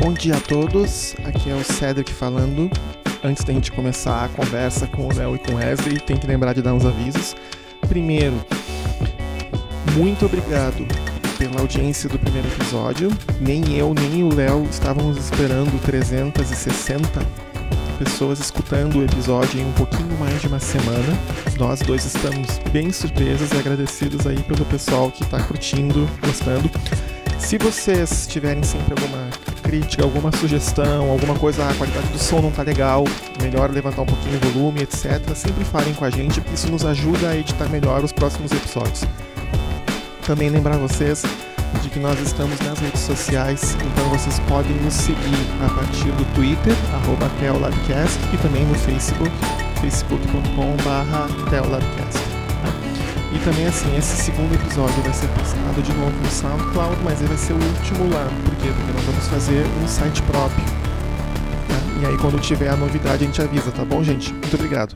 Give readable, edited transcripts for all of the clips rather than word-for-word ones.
Bom dia a todos, aqui é o Cedric falando. Antes da gente começar a conversa com o Léo e com o Wesley, tem que lembrar de dar uns avisos. Primeiro, muito obrigado pela audiência do primeiro episódio. Nem eu, nem o Léo estávamos esperando 360 pessoas escutando o episódio em um pouquinho mais de uma semana. Nós dois estamos bem surpresos e agradecidos aí pelo pessoal que está curtindo, gostando. Se vocês tiverem sempre alguma crítica, alguma sugestão, alguma coisa, a qualidade do som não tá legal, melhor levantar um pouquinho o volume, etc., sempre falem com a gente, porque isso nos ajuda a editar melhor os próximos episódios. Também lembrar vocês de que nós estamos nas redes sociais, então vocês podem nos seguir a partir do Twitter, @teolabcast, e também no Facebook, facebook.com/teolabcast. E também assim, esse segundo episódio vai ser postado de novo no SoundCloud, mas ele vai ser o último lá. Por quê? Porque nós vamos fazer um site próprio. Tá? E aí quando tiver a novidade a gente avisa, tá bom, gente? Muito obrigado.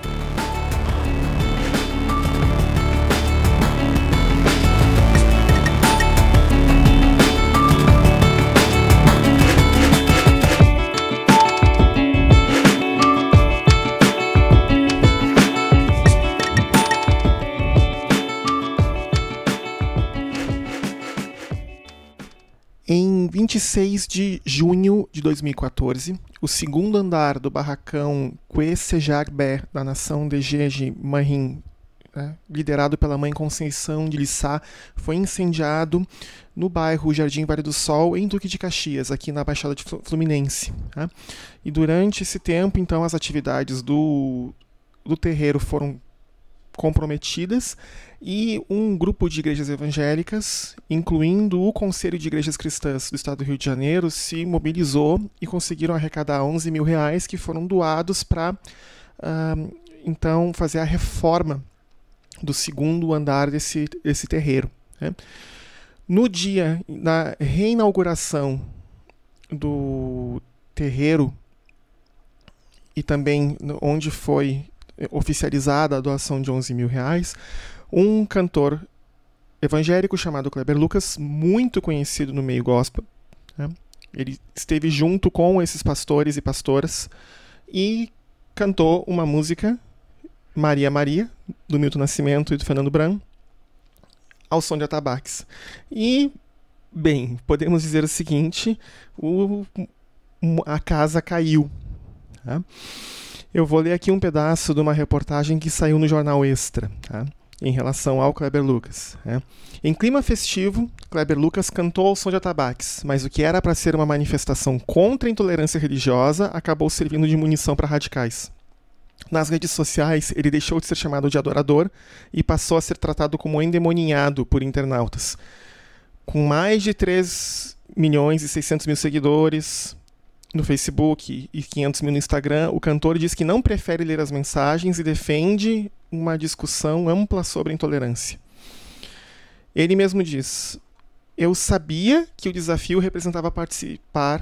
Em 26 de junho de 2014, o segundo andar do barracão Kwe-Sejak-Be, da nação de Jeje Mahim, liderado pela mãe Conceição de Lissá, foi incendiado no bairro Jardim Vale do Sol, em Duque de Caxias, aqui na Baixada Fluminense. Tá? E durante esse tempo, então, as atividades do terreiro foram comprometidas e um grupo de igrejas evangélicas, incluindo o Conselho de Igrejas Cristãs do Estado do Rio de Janeiro, se mobilizou e conseguiram arrecadar R$11 mil que foram doados para então fazer a reforma do segundo andar desse terreiro. Né? No dia da reinauguração do terreiro e também onde foi oficializada a doação de R$11 mil, um cantor evangélico chamado Kleber Lucas, muito conhecido no meio gospel, né? Ele esteve junto com esses pastores e pastoras e cantou uma música, Maria Maria, do Milton Nascimento e do Fernando Bran, ao som de atabaques. E, bem, podemos dizer o seguinte, a casa caiu. Tá? Eu vou ler aqui um pedaço de uma reportagem que saiu no Jornal Extra, tá? Em relação ao Kleber Lucas. Né? Em clima festivo, Kleber Lucas cantou ao som de atabaques, mas o que era para ser uma manifestação contra a intolerância religiosa acabou servindo de munição para radicais. Nas redes sociais, ele deixou de ser chamado de adorador e passou a ser tratado como endemoninhado por internautas. Com mais de 3.600.000 seguidores no Facebook e 500 mil no Instagram, o cantor diz que não prefere ler as mensagens e defende uma discussão ampla sobre a intolerância. Ele mesmo diz: eu sabia que o desafio representava participar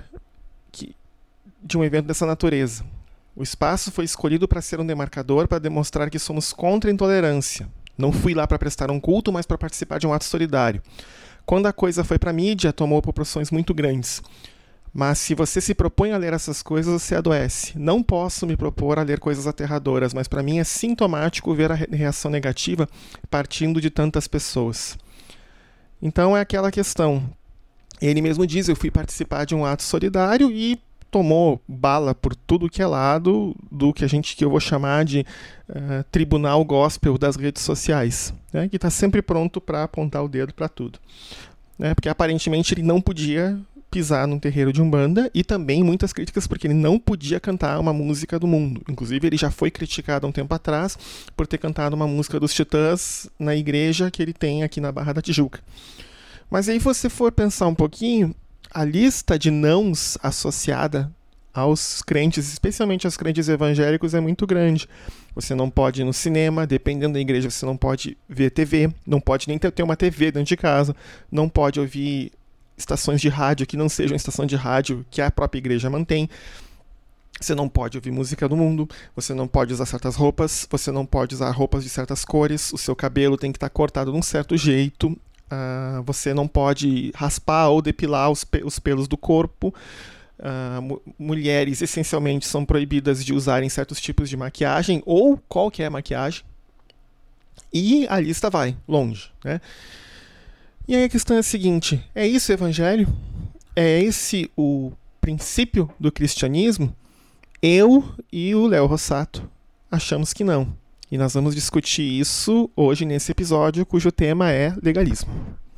de um evento dessa natureza. O espaço foi escolhido para ser um demarcador para demonstrar que somos contra a intolerância. Não fui lá para prestar um culto, mas para participar de um ato solidário. Quando a coisa foi para a mídia, tomou proporções muito grandes. Mas se você se propõe a ler essas coisas, você adoece. Não posso me propor a ler coisas aterradoras, mas para mim é sintomático ver a reação negativa partindo de tantas pessoas. Então é aquela questão. Ele mesmo diz, eu fui participar de um ato solidário e tomou bala por tudo que é lado do que eu vou chamar de tribunal gospel das redes sociais, né, que está sempre pronto para apontar o dedo para tudo. Né, porque aparentemente ele não podia pisar num terreiro de Umbanda, e também muitas críticas porque ele não podia cantar uma música do mundo. Inclusive ele já foi criticado há um tempo atrás por ter cantado uma música dos Titãs na igreja que ele tem aqui na Barra da Tijuca. Mas aí, se você for pensar um pouquinho, a lista de nãos associada aos crentes, especialmente aos crentes evangélicos, é muito grande. Você não pode ir no cinema, dependendo da igreja, você não pode ver TV, não pode nem ter uma TV dentro de casa, não pode ouvir estações de rádio que não sejam estação de rádio que a própria igreja mantém. Você não pode ouvir música do mundo, você não pode usar certas roupas, você não pode usar roupas de certas cores, o seu cabelo tem que estar cortado de um certo jeito, você não pode raspar ou depilar os pelos do corpo, mulheres essencialmente são proibidas de usarem certos tipos de maquiagem ou qualquer maquiagem. E a lista vai longe, né? E aí a questão é a seguinte: é isso o evangelho? É esse o princípio do cristianismo? Eu e o Léo Rossato achamos que não. E nós vamos discutir isso hoje nesse episódio, cujo tema é legalismo.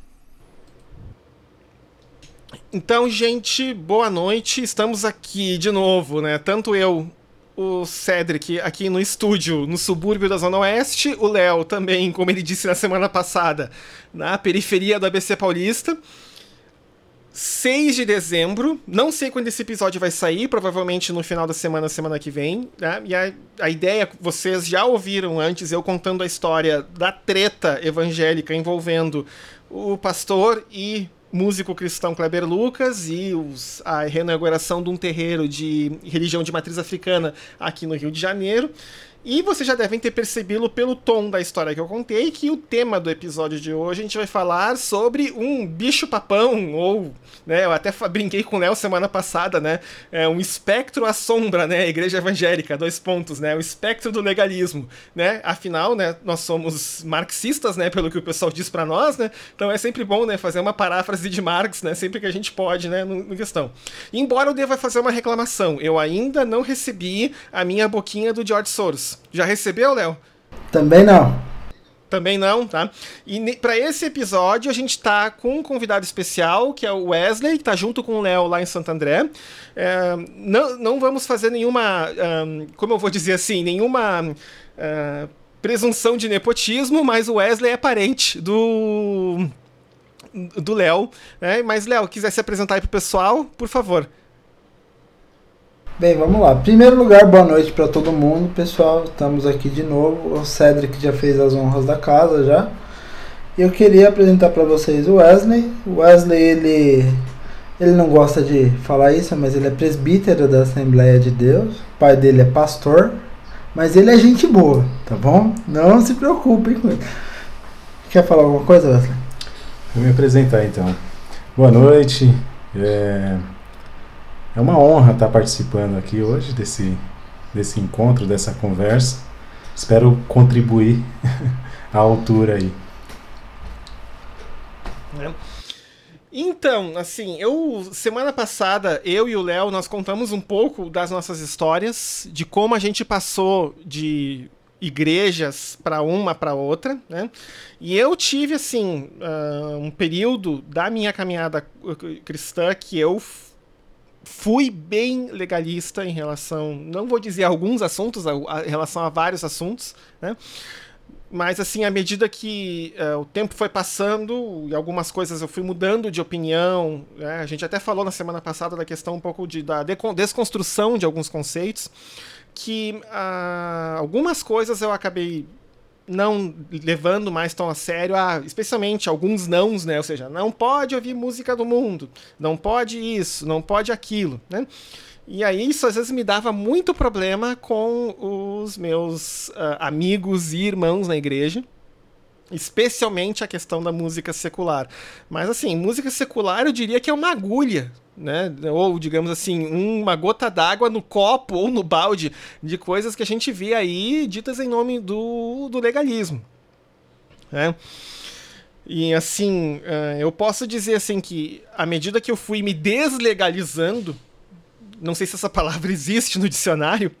Então, gente, boa noite. Estamos aqui de novo, né? Tanto eu, o Cedric, aqui no estúdio, no subúrbio da Zona Oeste, o Léo também, como ele disse na semana passada, na periferia do ABC Paulista. 6 de dezembro, não sei quando esse episódio vai sair, provavelmente no final da semana que vem, né? E a ideia, vocês já ouviram antes, eu contando a história da treta evangélica envolvendo o pastor e músico cristão Kleber Lucas e a reinauguração de um terreiro de religião de matriz africana aqui no Rio de Janeiro. E vocês já devem ter percebido pelo tom da história que eu contei que o tema do episódio de hoje a gente vai falar sobre um bicho-papão, ou, né, eu até brinquei com o Léo semana passada, né, um espectro à sombra, né, igreja evangélica, 2 pontos, né, o espectro do legalismo, né, afinal, né, nós somos marxistas, né, pelo que o pessoal diz pra nós, né, então é sempre bom, né, fazer uma paráfrase de Marx, né, sempre que a gente pode, né, no questão. Embora eu deva fazer uma reclamação, eu ainda não recebi a minha boquinha do George Soros. Já recebeu, Léo? Também não. Também não, tá? E para esse episódio a gente tá com um convidado especial, que é o Wesley, que tá junto com o Léo lá em Santo André. Não vamos fazer nenhuma, como eu vou dizer assim, nenhuma presunção de nepotismo, mas o Wesley é parente do Léo, né? Mas, Léo, quiser se apresentar aí pro pessoal, por favor. Bem, vamos lá. Em primeiro lugar, boa noite para todo mundo, pessoal. Estamos aqui de novo. O Cedric já fez as honras da casa já. Eu queria apresentar para vocês o Wesley. O Wesley, ele não gosta de falar isso, mas ele é presbítero da Assembleia de Deus. O pai dele é pastor, mas ele é gente boa, tá bom? Não se preocupem com isso. Quer falar alguma coisa, Wesley? Vou me apresentar então. Boa noite. É uma honra estar participando aqui hoje desse encontro, dessa conversa. Espero contribuir à altura aí. Então, assim, semana passada, eu e o Léo, nós contamos um pouco das nossas histórias, de como a gente passou de igrejas para uma para outra, né? E eu tive, assim, um período da minha caminhada cristã que eu fui bem legalista em relação, não vou dizer alguns assuntos, em relação a vários assuntos, né? Mas, assim, à medida que o tempo foi passando e algumas coisas eu fui mudando de opinião, né? A gente até falou na semana passada da questão um pouco da desconstrução de alguns conceitos, que algumas coisas eu acabei não levando mais tão a sério, especialmente alguns nãos, né? Ou seja, não pode ouvir música do mundo, não pode isso, não pode aquilo, né? E aí isso às vezes me dava muito problema com os meus amigos e irmãos na igreja, especialmente a questão da música secular. Mas assim, música secular eu diria que é uma agulha, né? Ou, digamos assim, uma gota d'água no copo ou no balde de coisas que a gente vê aí ditas em nome do legalismo, né? E assim, eu posso dizer assim que à medida que eu fui me deslegalizando, não sei se essa palavra existe no dicionário,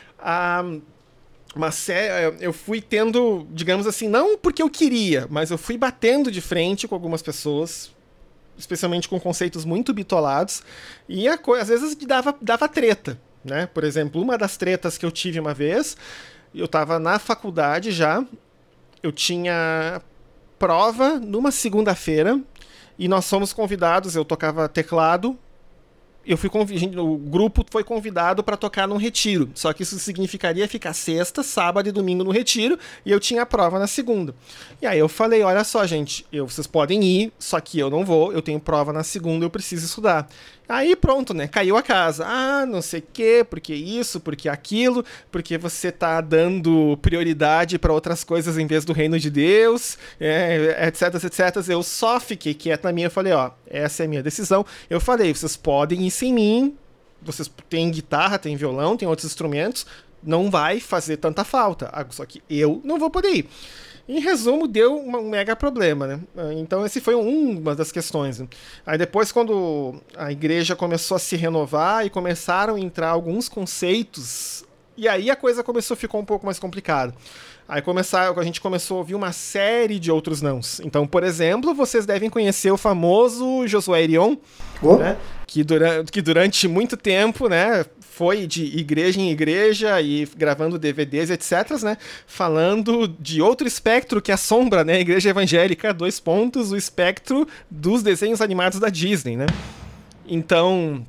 mas eu fui tendo, digamos assim, não porque eu queria, mas eu fui batendo de frente com algumas pessoas, especialmente com conceitos muito bitolados, e às vezes dava treta, né? Por exemplo, uma das tretas que eu tive uma vez, eu estava na faculdade já, eu tinha prova numa segunda-feira, e nós fomos convidados, eu tocava teclado, o grupo foi convidado para tocar num retiro, só que isso significaria ficar sexta, sábado e domingo no retiro, e eu tinha a prova na segunda. E aí eu falei, olha só, gente, vocês podem ir, só que eu não vou, eu tenho prova na segunda, eu preciso estudar. Aí pronto, né, caiu a casa. Não sei o quê, porque isso, porque aquilo, porque você tá dando prioridade para outras coisas em vez do reino de Deus, etc, etc. Eu só fiquei quieto na minha, eu falei, essa é a minha decisão. Eu falei, vocês podem ir sem mim, vocês têm guitarra, têm violão, têm outros instrumentos, não vai fazer tanta falta. Só que eu não vou poder ir. Em resumo, deu um mega problema, né? Então, esse foi uma das questões. Né? Aí depois, quando a igreja começou a se renovar e começaram a entrar alguns conceitos, e aí a coisa começou a ficar um pouco mais complicada. Aí a gente começou a ouvir uma série de outros nãos. Então, por exemplo, vocês devem conhecer o famoso Josué Irion, né? que durante muito tempo, né, foi de igreja em igreja e gravando DVDs, etc., né, falando de outro espectro que assombra, né, a igreja evangélica, o espectro dos desenhos animados da Disney, né? Então,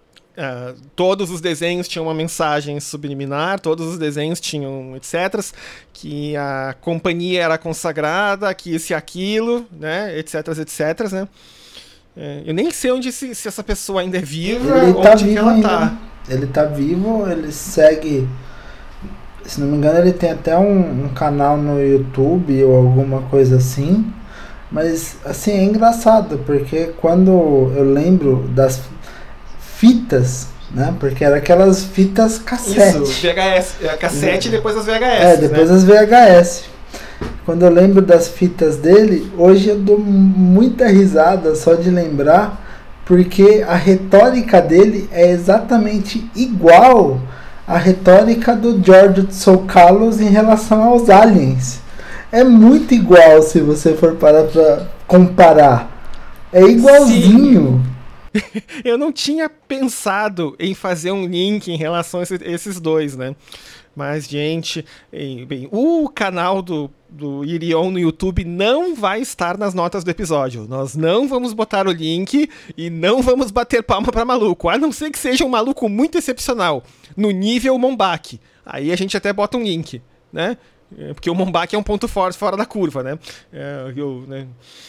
todos os desenhos tinham uma mensagem subliminar, todos os desenhos tinham etc., que a companhia era consagrada, que isso e aquilo, né, etc., né? Eu nem sei onde se essa pessoa ainda é viva, onde que ela tá. Ele tá vivo, ele segue, se não me engano, ele tem até um canal no YouTube ou alguma coisa assim, mas assim, é engraçado, porque quando eu lembro das fitas, né, porque era aquelas fitas cassete. Isso, VHS, cassete e depois as VHS. Depois né? as VHS. Quando eu lembro das fitas dele, hoje eu dou muita risada só de lembrar, porque a retórica dele é exatamente igual à retórica do George Tsoukalos em relação aos aliens. É muito igual se você for parar pra comparar. É igualzinho. Sim. Eu não tinha pensado em fazer um link em relação a esses dois, né? Mas, gente, bem, o canal do Irion no YouTube não vai estar nas notas do episódio. Nós não vamos botar o link e não vamos bater palma para maluco, a não ser que seja um maluco muito excepcional, no nível Mombach. Aí a gente até bota um link, né? Porque o Mombach é um ponto forte fora da curva, né? Né?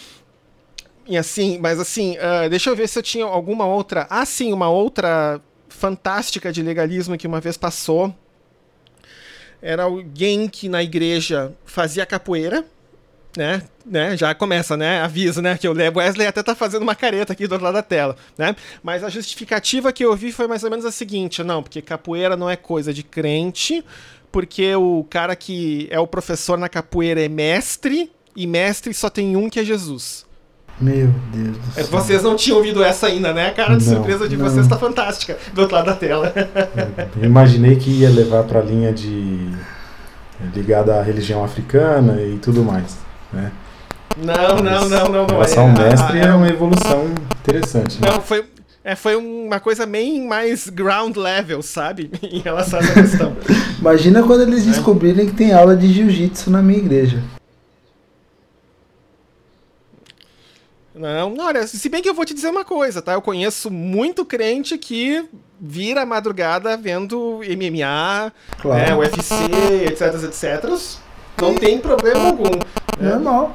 E assim, mas assim, deixa eu ver se eu tinha alguma outra... sim, uma outra fantástica de legalismo que uma vez passou. Era alguém que na igreja fazia capoeira, né? Já começa, né? Aviso, né? Que o Wesley até tá fazendo uma careta aqui do outro lado da tela, né? Mas a justificativa que eu vi foi mais ou menos a seguinte: não, porque capoeira não é coisa de crente, porque o cara que é o professor na capoeira é mestre, e mestre só tem um, que é Jesus. Meu Deus do céu. Vocês não tinham ouvido essa ainda, né? A cara de surpresa de vocês tá fantástica do outro lado da tela. Eu imaginei que ia levar pra linha ligada à religião africana e tudo mais, né? Não. Em relação ao mestre é uma evolução interessante, né? Não, foi uma coisa bem mais ground level, sabe? Em relação a essa questão. Imagina quando eles descobrirem que tem aula de jiu-jitsu na minha igreja. Não, olha, se bem que eu vou te dizer uma coisa, tá? Eu conheço muito crente que vira a madrugada vendo MMA, claro, né, UFC, etc. Não tem problema algum. Normal.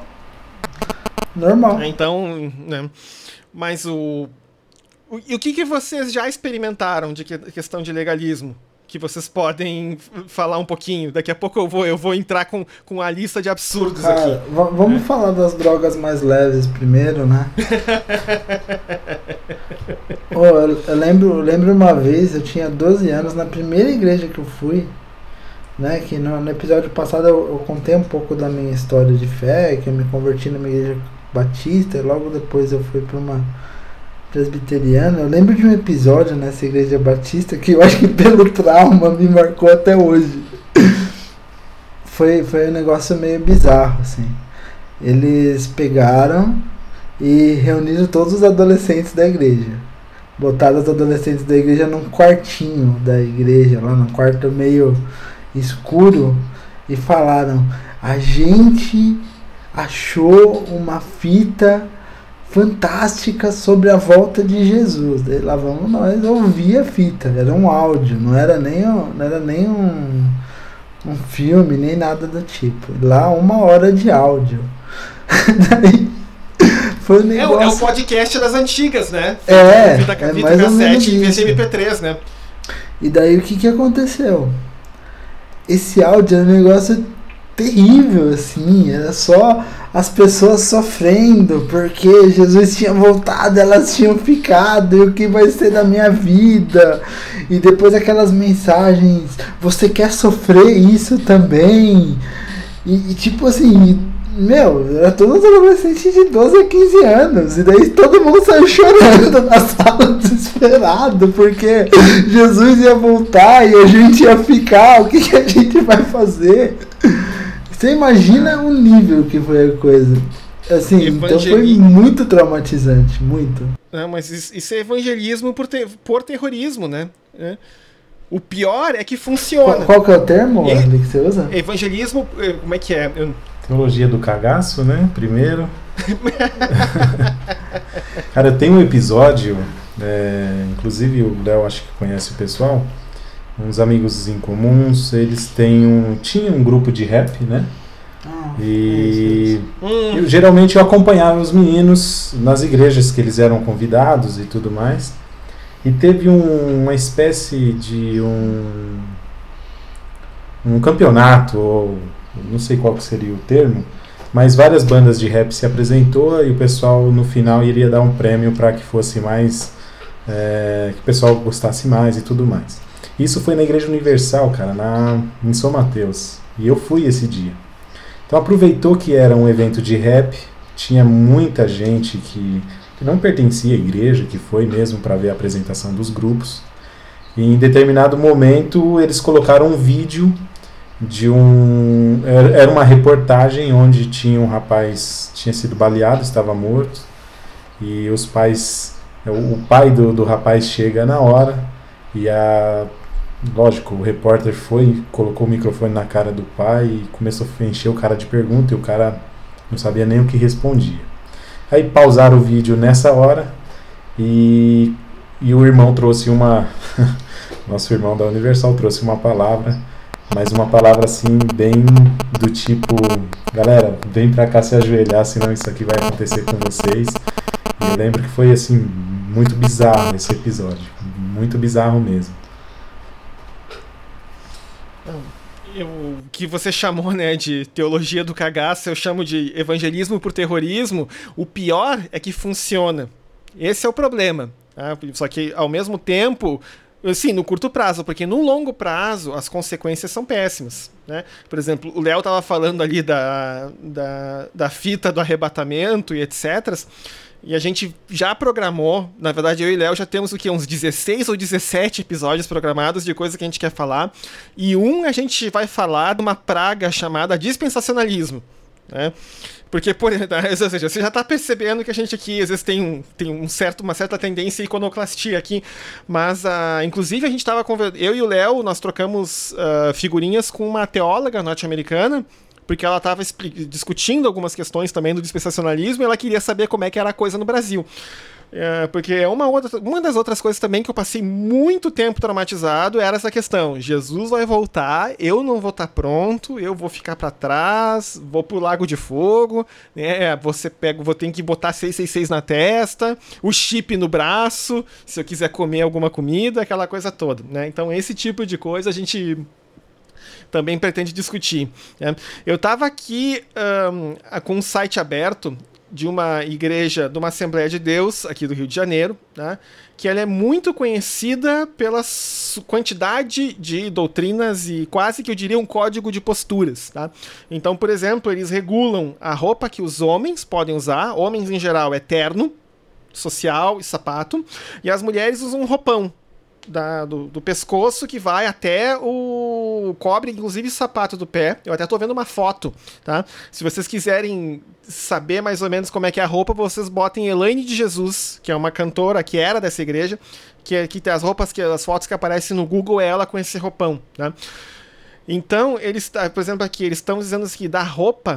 Então, né? Mas e o que vocês já experimentaram de questão de legalismo? Que vocês podem falar um pouquinho. Daqui a pouco eu vou entrar com a lista de absurdos. Cara, aqui. Vamos falar das drogas mais leves primeiro, né? Eu lembro uma vez, eu tinha 12 anos, na primeira igreja que eu fui, né? Que no episódio passado eu contei um pouco da minha história de fé, que eu me converti numa igreja batista, e logo depois eu fui para uma presbiteriana. Eu lembro de um episódio nessa igreja batista que eu acho que pelo trauma me marcou até hoje. Foi um negócio meio bizarro, assim. Eles pegaram e reuniram todos os adolescentes da igreja. Botaram os adolescentes da igreja num quartinho da igreja, lá num quarto meio escuro, e falaram: a gente achou uma fita fantástica sobre a volta de Jesus. Daí lá vamos nós ouvir a fita. Era um áudio, não era nem um filme, nem nada do tipo. Lá 1 hora de áudio. Daí foi um negócio... É o podcast das antigas, né? Fita cassete em vez de MP3, né? E daí o que aconteceu? Esse áudio era um negócio terrível, assim, era só as pessoas sofrendo, porque Jesus tinha voltado, elas tinham ficado, e o que vai ser da minha vida? E depois aquelas mensagens, você quer sofrer isso também? E tipo assim, meu, era todos adolescentes de 12 a 15 anos, e daí todo mundo saiu chorando na sala desesperado, porque Jesus ia voltar e a gente ia ficar, o que a gente vai fazer? Você imagina o nível que foi a coisa. Assim, então foi muito traumatizante, muito. Mas isso é evangelismo por terrorismo, né? O pior é que funciona. Qual que é o termo que você usa? Evangelismo, como é que é? Teologia do cagaço, né? Primeiro. Cara, tem um episódio, inclusive o Léo acho que conhece o pessoal, uns amigos em comuns, eles tinham um grupo de rap, né? E geralmente eu acompanhava os meninos nas igrejas que eles eram convidados e tudo mais. E teve uma espécie de um campeonato, ou não sei qual que seria o termo, mas várias bandas de rap se apresentou e o pessoal no final iria dar um prêmio para que fosse mais, que o pessoal gostasse mais e tudo mais. Isso foi na Igreja Universal, cara, em São Mateus, e eu fui esse dia. Então aproveitou que era um evento de rap, tinha muita gente que não pertencia à igreja, que foi mesmo para ver a apresentação dos grupos, e em determinado momento eles colocaram um vídeo era uma reportagem onde tinha um rapaz, tinha sido baleado, estava morto, e os pais, o pai do rapaz chega na hora, e lógico, o repórter colocou o microfone na cara do pai e começou a encher o cara de perguntas, e o cara não sabia nem o que respondia. Aí pausaram o vídeo nessa hora, e o irmão trouxe nosso irmão da Universal trouxe uma palavra, mas uma palavra assim, bem do tipo, galera, vem pra cá se ajoelhar, senão isso aqui vai acontecer com vocês. E eu lembro que foi assim, muito bizarro esse episódio, muito bizarro mesmo. O que você chamou, né, de teologia do cagaço, eu chamo de evangelismo por terrorismo. O pior é que funciona. Esse é o problema. Tá? Só que, ao mesmo tempo, sim, no curto prazo, porque no longo prazo as consequências são péssimas. Né? Por exemplo, o Léo estava falando ali da fita do arrebatamento e etc. E a gente já programou, na verdade eu e Léo já temos uns 16 ou 17 episódios programados de coisa que a gente quer falar. E a gente vai falar de uma praga chamada dispensacionalismo. Né? Porque, ou seja, você já está percebendo que a gente aqui às vezes tem uma certa tendência à iconoclastia aqui, mas inclusive a gente estava eu e o Léo, nós trocamos figurinhas com uma teóloga norte-americana, porque ela estava discutindo algumas questões também do dispensacionalismo e ela queria saber como é que era a coisa no Brasil. Porque uma das outras coisas também que eu passei muito tempo traumatizado era essa questão. Jesus vai voltar, eu não vou estar pronto, eu vou ficar para trás, vou pro Lago de Fogo, né? Vou ter que botar 666 na testa, o chip no braço, se eu quiser comer alguma comida, aquela coisa toda. Né? Então esse tipo de coisa a gente também pretende discutir. Né? Eu estava aqui com um site aberto de uma igreja, de uma Assembleia de Deus, aqui do Rio de Janeiro, né, que ela é muito conhecida pela quantidade de doutrinas e quase que eu diria um código de posturas. Tá? Então, por exemplo, eles regulam a roupa que os homens podem usar, homens em geral é terno, social e sapato, e as mulheres usam um roupão do pescoço que vai até cobre inclusive o sapato do pé. Eu até tô vendo uma foto, tá? Se vocês quiserem saber mais ou menos como é que é a roupa, vocês botem Elaine de Jesus, que é uma cantora que era dessa igreja, que tem as fotos que aparecem no Google, é ela com esse roupão, tá? Então, por exemplo, aqui, eles estão dizendo assim, da roupa,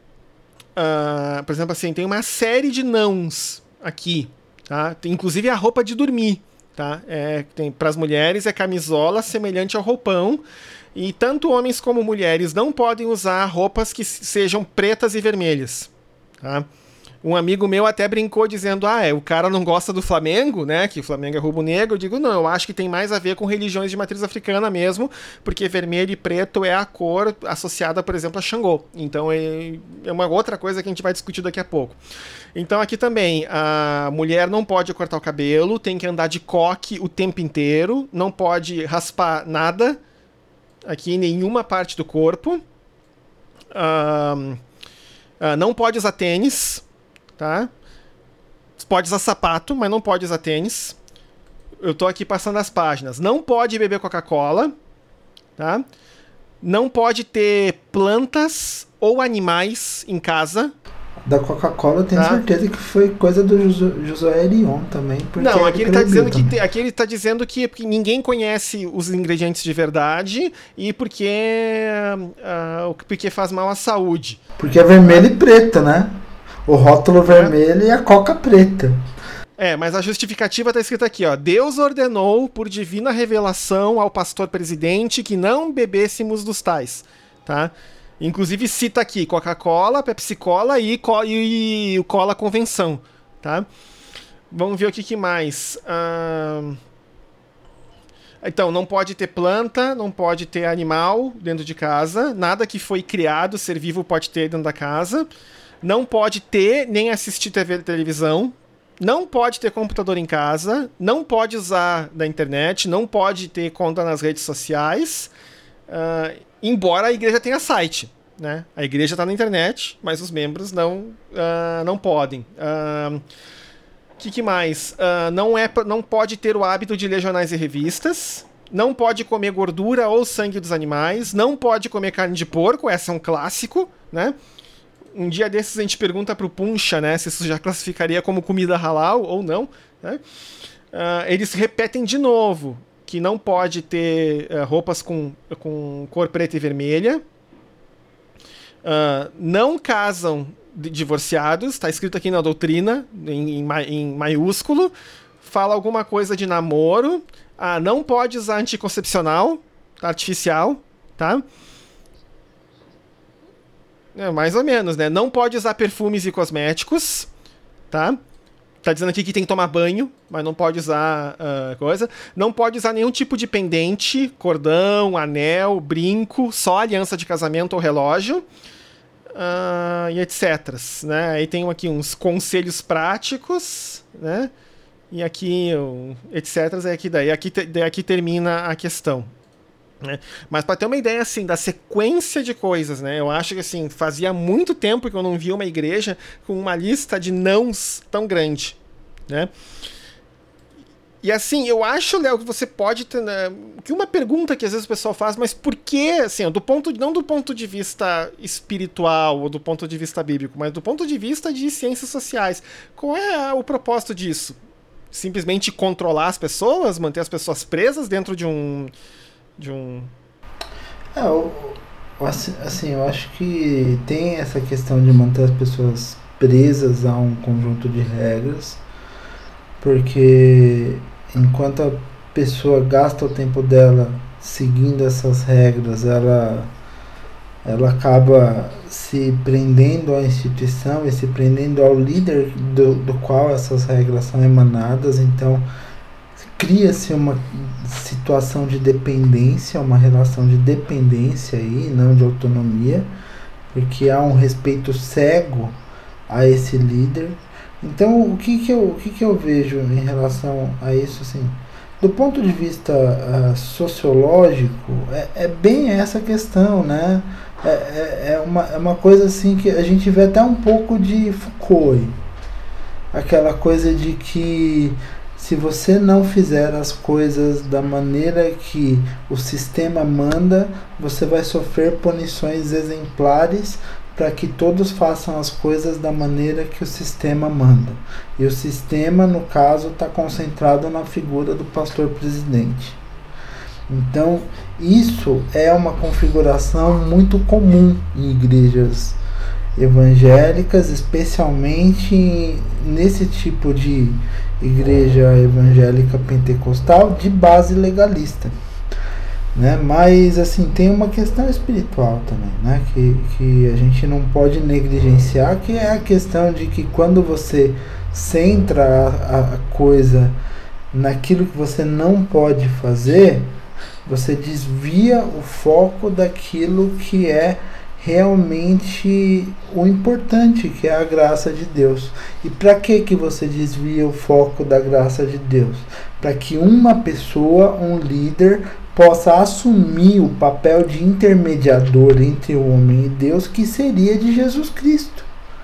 por exemplo, assim, tem uma série de nãos aqui, tá? Tem, inclusive a roupa de dormir. Tá? Para as mulheres é camisola semelhante ao roupão, e tanto homens como mulheres não podem usar roupas que sejam pretas e vermelhas. Tá? Um amigo meu até brincou dizendo, o cara não gosta do Flamengo, né, que o Flamengo é rubro-negro. Eu digo, não, eu acho que tem mais a ver com religiões de matriz africana mesmo, porque vermelho e preto é a cor associada, por exemplo, a Xangô. Então é uma outra coisa que a gente vai discutir daqui a pouco. Então aqui também, a mulher não pode cortar o cabelo, tem que andar de coque o tempo inteiro, não pode raspar nada, aqui em nenhuma parte do corpo. Não pode usar tênis, tá? Pode usar sapato, mas não pode usar tênis. Eu tô aqui passando as páginas. Não pode beber Coca-Cola, tá? Não pode ter plantas ou animais em casa. Da Coca-Cola eu tenho certeza que foi coisa do Josué Erion também. Não, aqui ele tá dizendo que ninguém conhece os ingredientes de verdade e porque faz mal à saúde. Porque é vermelho e preto, né? O rótulo vermelho e a coca preta. Mas a justificativa tá escrita aqui, ó. Deus ordenou por divina revelação ao pastor presidente que não bebêssemos dos tais, tá? Inclusive cita aqui Coca-Cola, Pepsi-Cola e Cola Convenção, tá? Vamos ver o que mais. Então, não pode ter planta, não pode ter animal dentro de casa, nada que foi criado, ser vivo pode ter dentro da casa. Não pode ter nem assistir televisão, não pode ter computador em casa, não pode usar da internet, não pode ter conta nas redes sociais, embora a igreja tenha site, né? A igreja está na internet, mas os membros não podem. Que mais? Não pode ter o hábito de ler jornais e revistas, não pode comer gordura ou sangue dos animais, não pode comer carne de porco, essa é um clássico, né? Um dia desses a gente pergunta pro Puncha, né, se isso já classificaria como comida halal ou não, né? Eles repetem de novo que não pode ter roupas com cor preta e vermelha, não casam divorciados, está escrito aqui na doutrina, em maiúsculo, fala alguma coisa de namoro, não pode usar anticoncepcional artificial, tá? Mais ou menos, né? Não pode usar perfumes e cosméticos, tá? Tá dizendo aqui que tem que tomar banho, mas não pode usar coisa. Não pode usar nenhum tipo de pendente, cordão, anel, brinco, só aliança de casamento ou relógio, e etc. Né? Aí tem aqui uns conselhos práticos, né? E aqui, etc. Aqui termina a questão. Né? Mas para ter uma ideia assim da sequência de coisas, né? Eu acho que assim, fazia muito tempo que eu não via uma igreja com uma lista de nãos tão grande, né? E assim, eu acho, Léo, que você pode ter, né, que uma pergunta que às vezes o pessoal faz, mas por que, assim, não do ponto de vista espiritual ou do ponto de vista bíblico, mas do ponto de vista de ciências sociais, qual é o propósito disso? Simplesmente controlar as pessoas, manter as pessoas presas dentro de um assim, eu acho que tem essa questão de manter as pessoas presas a um conjunto de regras, porque enquanto a pessoa gasta o tempo dela seguindo essas regras, ela acaba se prendendo à instituição e se prendendo ao líder do qual essas regras são emanadas. Então cria-se uma situação de dependência, uma relação de dependência aí, não de autonomia, porque há um respeito cego a esse líder. Então, o que eu vejo em relação a isso, assim, do ponto de vista sociológico, é bem essa questão, né? É uma coisa assim que a gente vê até um pouco de Foucault, aquela coisa de que se você não fizer as coisas da maneira que o sistema manda, você vai sofrer punições exemplares para que todos façam as coisas da maneira que o sistema manda. E o sistema, no caso, está concentrado na figura do pastor presidente. Então, isso é uma configuração muito comum em igrejas evangélicas, especialmente nesse tipo de igreja evangélica pentecostal de base legalista. né? Mas assim, tem uma questão espiritual também, né? Que a gente não pode negligenciar, que é a questão de que quando você centra a coisa naquilo que você não pode fazer, você desvia o foco daquilo que é realmente o importante, que é a graça de Deus. E para que você desvia o foco da graça de Deus? Para que uma pessoa, um líder, possa assumir o papel de intermediador entre o homem e Deus, que seria de Jesus Cristo.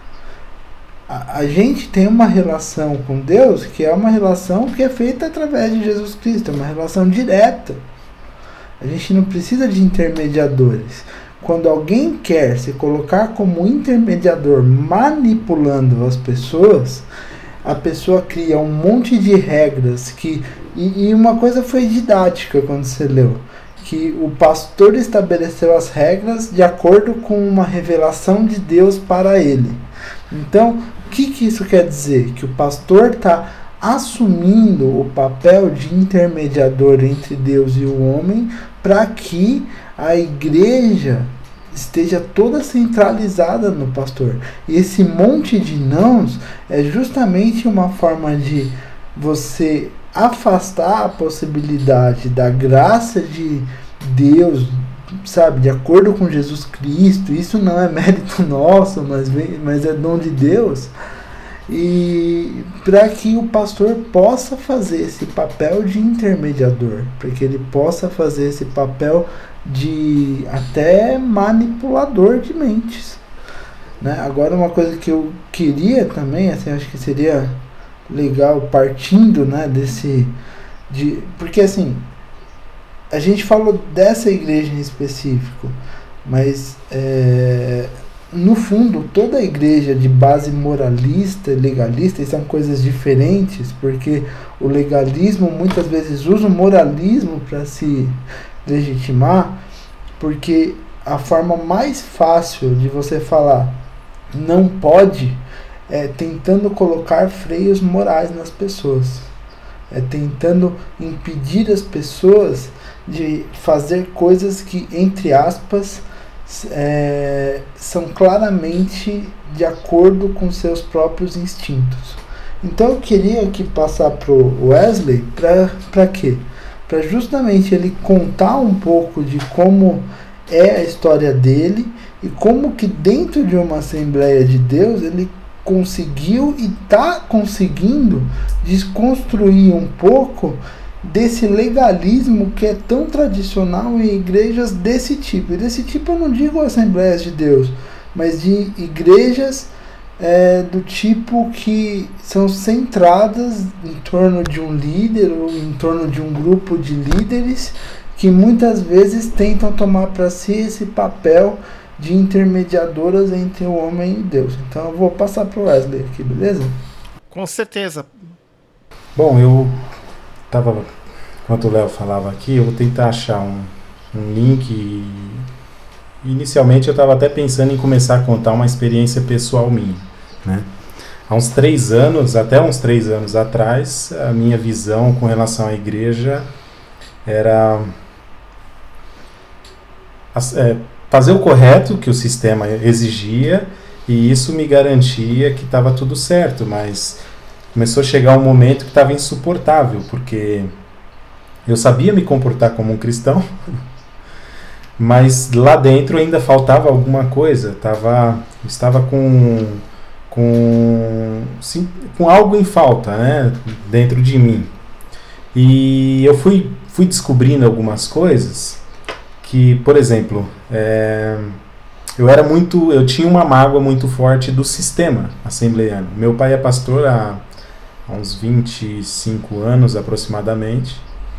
A gente tem uma relação com Deus que é uma relação que é feita através de Jesus Cristo, é uma relação direta. A gente não precisa de intermediadores. Quando alguém quer se colocar como intermediador manipulando as pessoas, a pessoa cria um monte de regras e uma coisa foi didática quando você leu, que o pastor estabeleceu as regras de acordo com uma revelação de Deus para ele. Então, o que isso quer dizer? Que o pastor está assumindo o papel de intermediador entre Deus e o homem para que a igreja esteja toda centralizada no pastor. E esse monte de nãos é justamente uma forma de você afastar a possibilidade da graça de Deus, sabe, de acordo com Jesus Cristo. Isso não é mérito nosso, mas é dom de Deus. E para que o pastor possa fazer esse papel de intermediador, para que ele possa fazer esse papel de até manipulador de mentes, né? Agora, uma coisa que eu queria também, assim, acho que seria legal partindo, né, porque assim, a gente falou dessa igreja em específico, mas no fundo, toda a igreja de base moralista e legalista são coisas diferentes, porque o legalismo muitas vezes usa o moralismo para se legitimar, porque a forma mais fácil de você falar não pode é tentando colocar freios morais nas pessoas, é tentando impedir as pessoas de fazer coisas que, entre aspas, são claramente de acordo com seus próprios instintos. Então eu queria aqui passar para o Wesley para quê? Para justamente ele contar um pouco de como é a história dele e como que dentro de uma Assembleia de Deus ele conseguiu e está conseguindo desconstruir um pouco desse legalismo que é tão tradicional em igrejas desse tipo. E desse tipo eu não digo Assembleias de Deus, mas de igrejas do tipo que são centradas em torno de um líder ou em torno de um grupo de líderes que muitas vezes tentam tomar para si esse papel de intermediadoras entre o homem e Deus. Então eu vou passar para o Wesley aqui, beleza? Com certeza. Bom, eu estava, enquanto o Léo falava aqui, eu vou tentar achar um link. Inicialmente eu estava até pensando em começar a contar uma experiência pessoal minha, né? Há uns 3 anos, até uns 3 anos atrás, a minha visão com relação à igreja era fazer o correto que o sistema exigia, e isso me garantia que estava tudo certo, mas começou a chegar um momento que estava insuportável, porque eu sabia me comportar como um cristão, mas lá dentro ainda faltava alguma coisa, estava com algo em falta, né, dentro de mim. E eu fui descobrindo algumas coisas que, por exemplo, eu tinha uma mágoa muito forte do sistema assembleiano. Meu pai é pastor há uns 25 anos aproximadamente,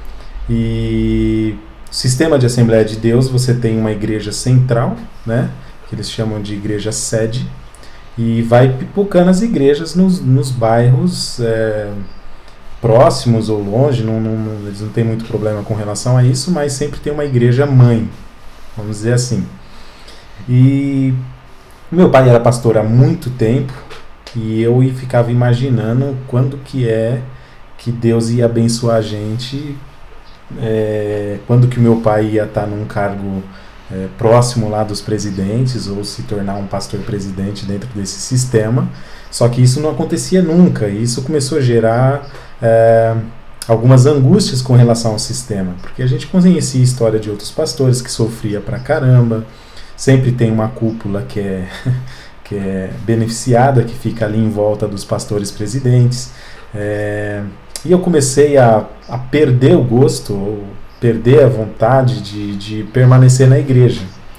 e o sistema de Assembleia de Deus, você tem uma igreja central, né, que eles chamam de igreja sede, e vai pipocando as igrejas nos bairros próximos ou longe, eles não têm muito problema com relação a isso, mas sempre tem uma igreja mãe, vamos dizer assim. E meu pai era pastor há muito tempo, e eu ficava imaginando quando que Deus ia abençoar a gente quando que o meu pai ia estar num cargo próximo lá dos presidentes ou se tornar um pastor presidente dentro desse sistema. Só que isso não acontecia nunca, e isso começou a gerar algumas angústias com relação ao sistema, porque a gente conhecia a história de outros pastores que sofria pra caramba. Sempre tem uma cúpula que é beneficiada, que fica ali em volta dos pastores presidentes, e eu comecei a perder o gosto, ou perder a vontade de permanecer na igreja.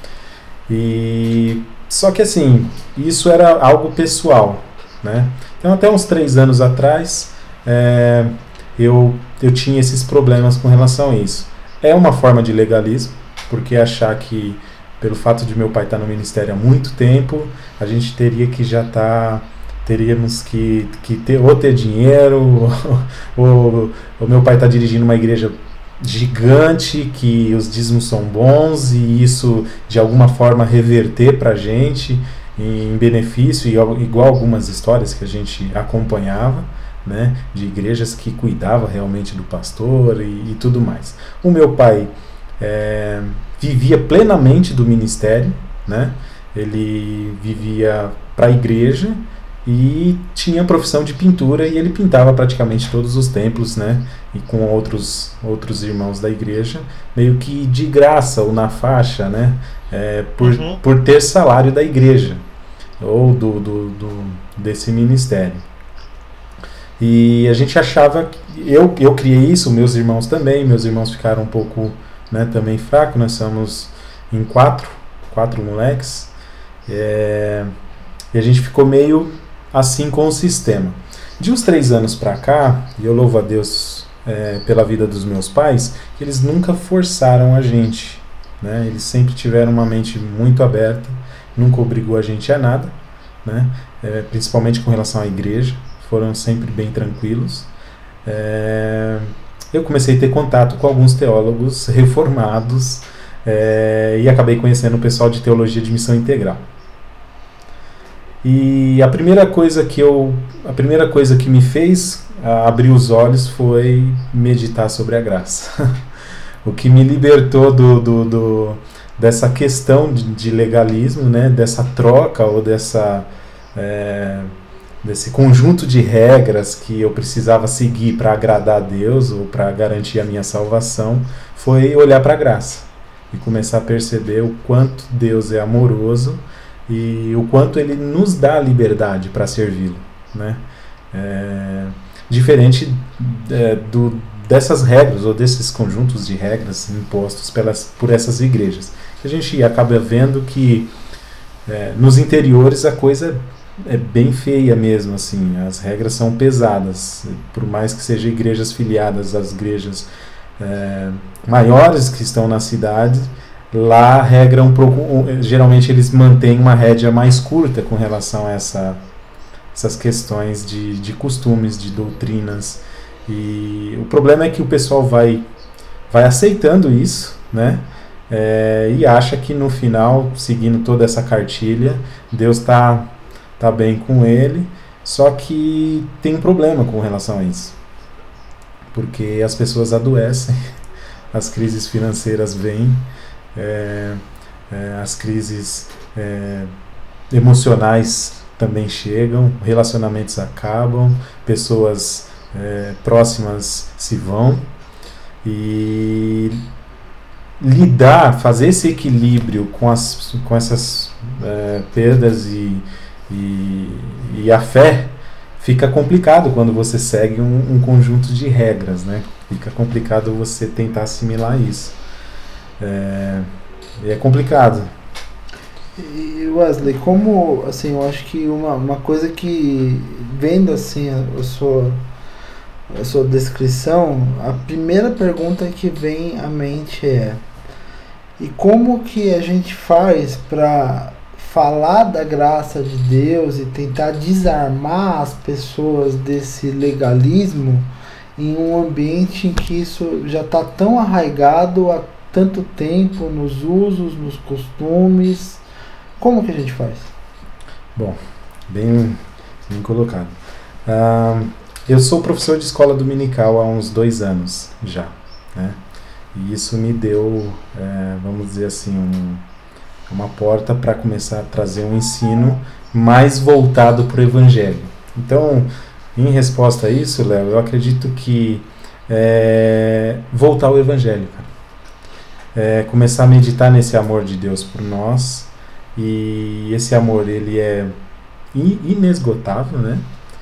Só que assim, isso era algo pessoal, né? Então até uns 3 anos atrás eu tinha esses problemas com relação a isso. É uma forma de legalismo, porque achar que pelo fato de meu pai estar no ministério há muito tempo, a gente teríamos que ter dinheiro, ou meu pai está dirigindo uma igreja gigante, que os dízimos são bons, e isso de alguma forma reverter para a gente em benefício, igual algumas histórias que a gente acompanhava, né, de igrejas que cuidavam realmente do pastor e tudo mais. O meu pai vivia plenamente do ministério, né? Ele vivia para a igreja e tinha a profissão de pintura, e ele pintava praticamente todos os templos, né? E com outros irmãos da igreja, meio que de graça ou na faixa, né? Por ter salário da igreja ou desse ministério. E a gente achava que eu criei isso, meus irmãos também. Meus irmãos ficaram um pouco, né, também fracos. Nós somos em quatro moleques, e a gente ficou meio assim com o sistema. De uns 3 anos para cá, e eu louvo a Deus pela vida dos meus pais, que eles nunca forçaram a gente, né? Eles sempre tiveram uma mente muito aberta, nunca obrigou a gente a nada, né? Principalmente com relação à igreja, foram sempre bem tranquilos. Eu comecei a ter contato com alguns teólogos reformados, e acabei conhecendo o pessoal de teologia de missão integral. E a primeira coisa que me fez abrir os olhos foi meditar sobre a graça. O que me libertou dessa questão de legalismo, né, dessa troca ou desse conjunto de regras que eu precisava seguir para agradar a Deus ou para garantir a minha salvação, foi olhar para a graça e começar a perceber o quanto Deus é amoroso e o quanto Ele nos dá liberdade para servi-lo, né? Diferente dessas regras ou desses conjuntos de regras impostos por essas igrejas. A gente acaba vendo que nos interiores a coisa é bem feia mesmo, assim, as regras são pesadas, por mais que sejam igrejas filiadas às igrejas maiores que estão na cidade. Lá a regra geralmente eles mantêm uma rédea mais curta com relação a essas questões de costumes, de doutrinas, e o problema é que o pessoal vai aceitando isso, né? E acha que no final, seguindo toda essa cartilha, Deus está bem com ele. Só que tem um problema com relação a isso, porque as pessoas adoecem, as crises financeiras vêm, as crises emocionais também chegam, relacionamentos acabam, pessoas próximas se vão, e fazer esse equilíbrio com essas perdas e a fé fica complicado quando você segue um conjunto de regras, né? Fica complicado você tentar assimilar isso. É complicado. E Wesley, como, assim, eu acho que uma coisa que, vendo assim a sua descrição, a primeira pergunta que vem à mente e como que a gente faz para falar da graça de Deus e tentar desarmar as pessoas desse legalismo em um ambiente em que isso já está tão arraigado há tanto tempo, nos usos, nos costumes? Como que a gente faz? Bom, bem colocado. Eu sou professor de escola dominical há uns 2 anos já, né? E isso me deu, vamos dizer assim, uma porta para começar a trazer um ensino mais voltado para o Evangelho. Então, em resposta a isso, Léo, eu acredito que voltar ao Evangelho, cara. Começar a meditar nesse amor de Deus por nós, e esse amor, ele é inesgotável, né?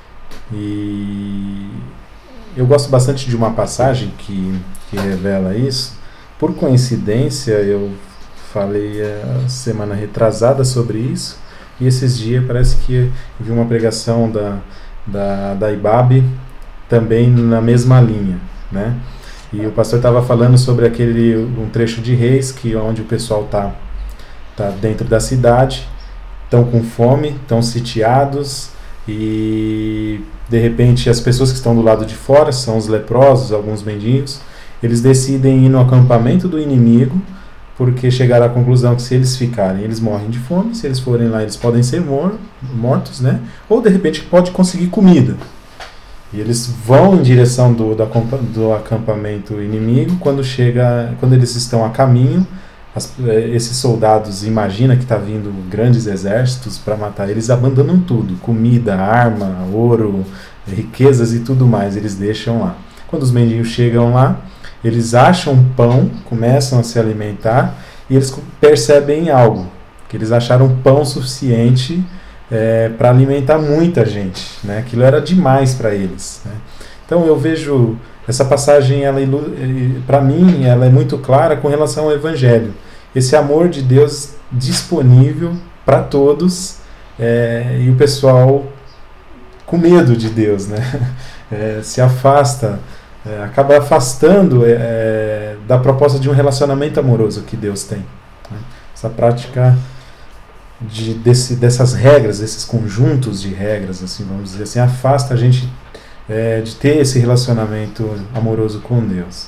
E eu gosto bastante de uma passagem que revela isso. Por coincidência, eu falei a semana retrasada sobre isso, e esses dias parece que eu vi uma pregação da IBAB também na mesma linha, né? E o pastor estava falando sobre um trecho de Reis, onde o pessoal tá dentro da cidade, estão com fome, estão sitiados, e de repente as pessoas que estão do lado de fora, são os leprosos, alguns mendigos, eles decidem ir no acampamento do inimigo, porque chegaram à conclusão que se eles ficarem, eles morrem de fome, se eles forem lá, eles podem ser mortos, né? Ou de repente pode conseguir comida. E eles vão em direção do acampamento inimigo. Quando eles estão a caminho, esses soldados imaginam que está vindo grandes exércitos para matar. Eles abandonam tudo, comida, arma, ouro, riquezas e tudo mais, eles deixam lá. Quando os mendigos chegam lá, eles acham pão, começam a se alimentar, e eles percebem algo, que eles acharam pão suficiente para alimentar muita gente, né? Aquilo era demais para eles, né? Então eu vejo essa passagem, para mim, ela é muito clara com relação ao Evangelho. Esse amor de Deus disponível para todos, e o pessoal com medo de Deus, né? Se afasta, acaba afastando da proposta de um relacionamento amoroso que Deus tem, né? Essa prática dessas regras, desses conjuntos de regras, assim, vamos dizer assim, afasta a gente de ter esse relacionamento amoroso com Deus.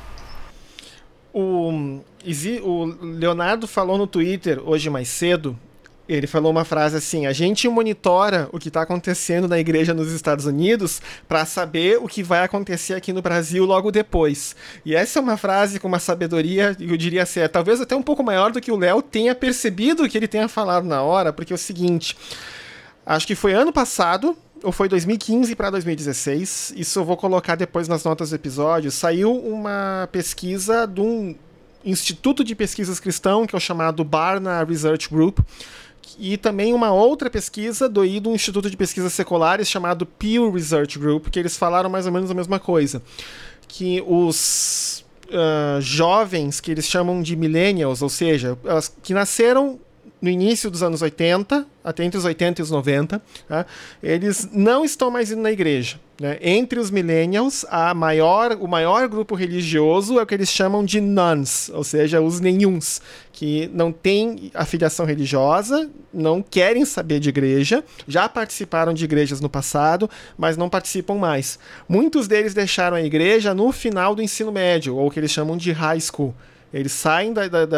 O Leonardo falou no Twitter hoje mais cedo. Ele falou uma frase assim: a gente monitora o que está acontecendo na igreja nos Estados Unidos para saber o que vai acontecer aqui no Brasil logo depois. E essa é uma frase com uma sabedoria, eu diria ser talvez até um pouco maior do que o Léo tenha percebido que ele tenha falado na hora, porque é o seguinte, acho que foi ano passado, ou foi 2015 para 2016, isso eu vou colocar depois nas notas do episódio, saiu uma pesquisa de um instituto de pesquisas cristão, que é o chamado Barna Research Group, e também uma outra pesquisa do Instituto de Pesquisas Seculares chamado Pew Research Group, que eles falaram mais ou menos a mesma coisa, que os jovens, que eles chamam de millennials, ou seja, que nasceram no início dos anos 80, até entre os 80 e os 90, tá? Eles não estão mais indo na igreja, né? Entre os millennials, o maior grupo religioso é o que eles chamam de nones, ou seja, os nenhuns, que não têm afiliação religiosa, não querem saber de igreja, já participaram de igrejas no passado, mas não participam mais. Muitos deles deixaram a igreja no final do ensino médio, ou o que eles chamam de high school. Eles saem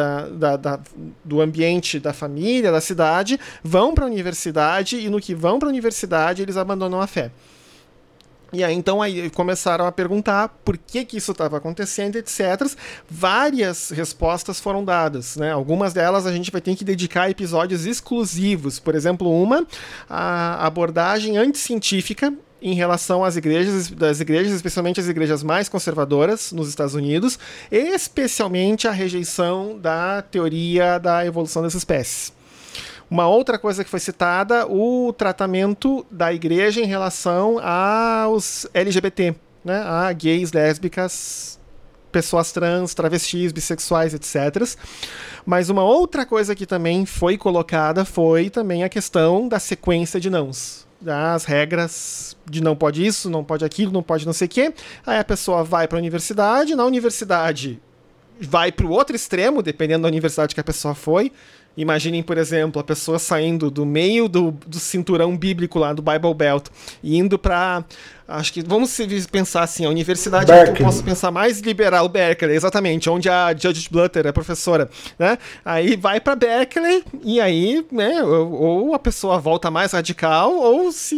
do ambiente da família, da cidade, vão para a universidade, e no que vão para a universidade eles abandonam a fé. E aí, então, aí começaram a perguntar por que isso estava acontecendo, etc. Várias respostas foram dadas, né? Algumas delas a gente vai ter que dedicar episódios exclusivos. Por exemplo, a abordagem anticientífica em relação às igrejas, especialmente as igrejas mais conservadoras nos Estados Unidos, especialmente a rejeição da teoria da evolução das espécies. Uma outra coisa que foi citada, o tratamento da igreja em relação aos LGBT, né? A gays, lésbicas, pessoas trans, travestis, bissexuais, etc. Mas uma outra coisa que também foi colocada foi também a questão da sequência de nãos. As regras de não pode isso, não pode aquilo, não pode não sei o quê. Aí a pessoa vai para a universidade, na universidade vai para o outro extremo, dependendo da universidade que a pessoa foi. Imaginem, por exemplo, a pessoa saindo do meio do cinturão bíblico lá do Bible Belt e indo para, acho que vamos pensar assim, a universidade Berkeley. Que eu posso pensar mais liberal, Berkeley, exatamente, onde a Judith Butler é professora, né? Aí vai para Berkeley e aí, né, ou a pessoa volta mais radical ou se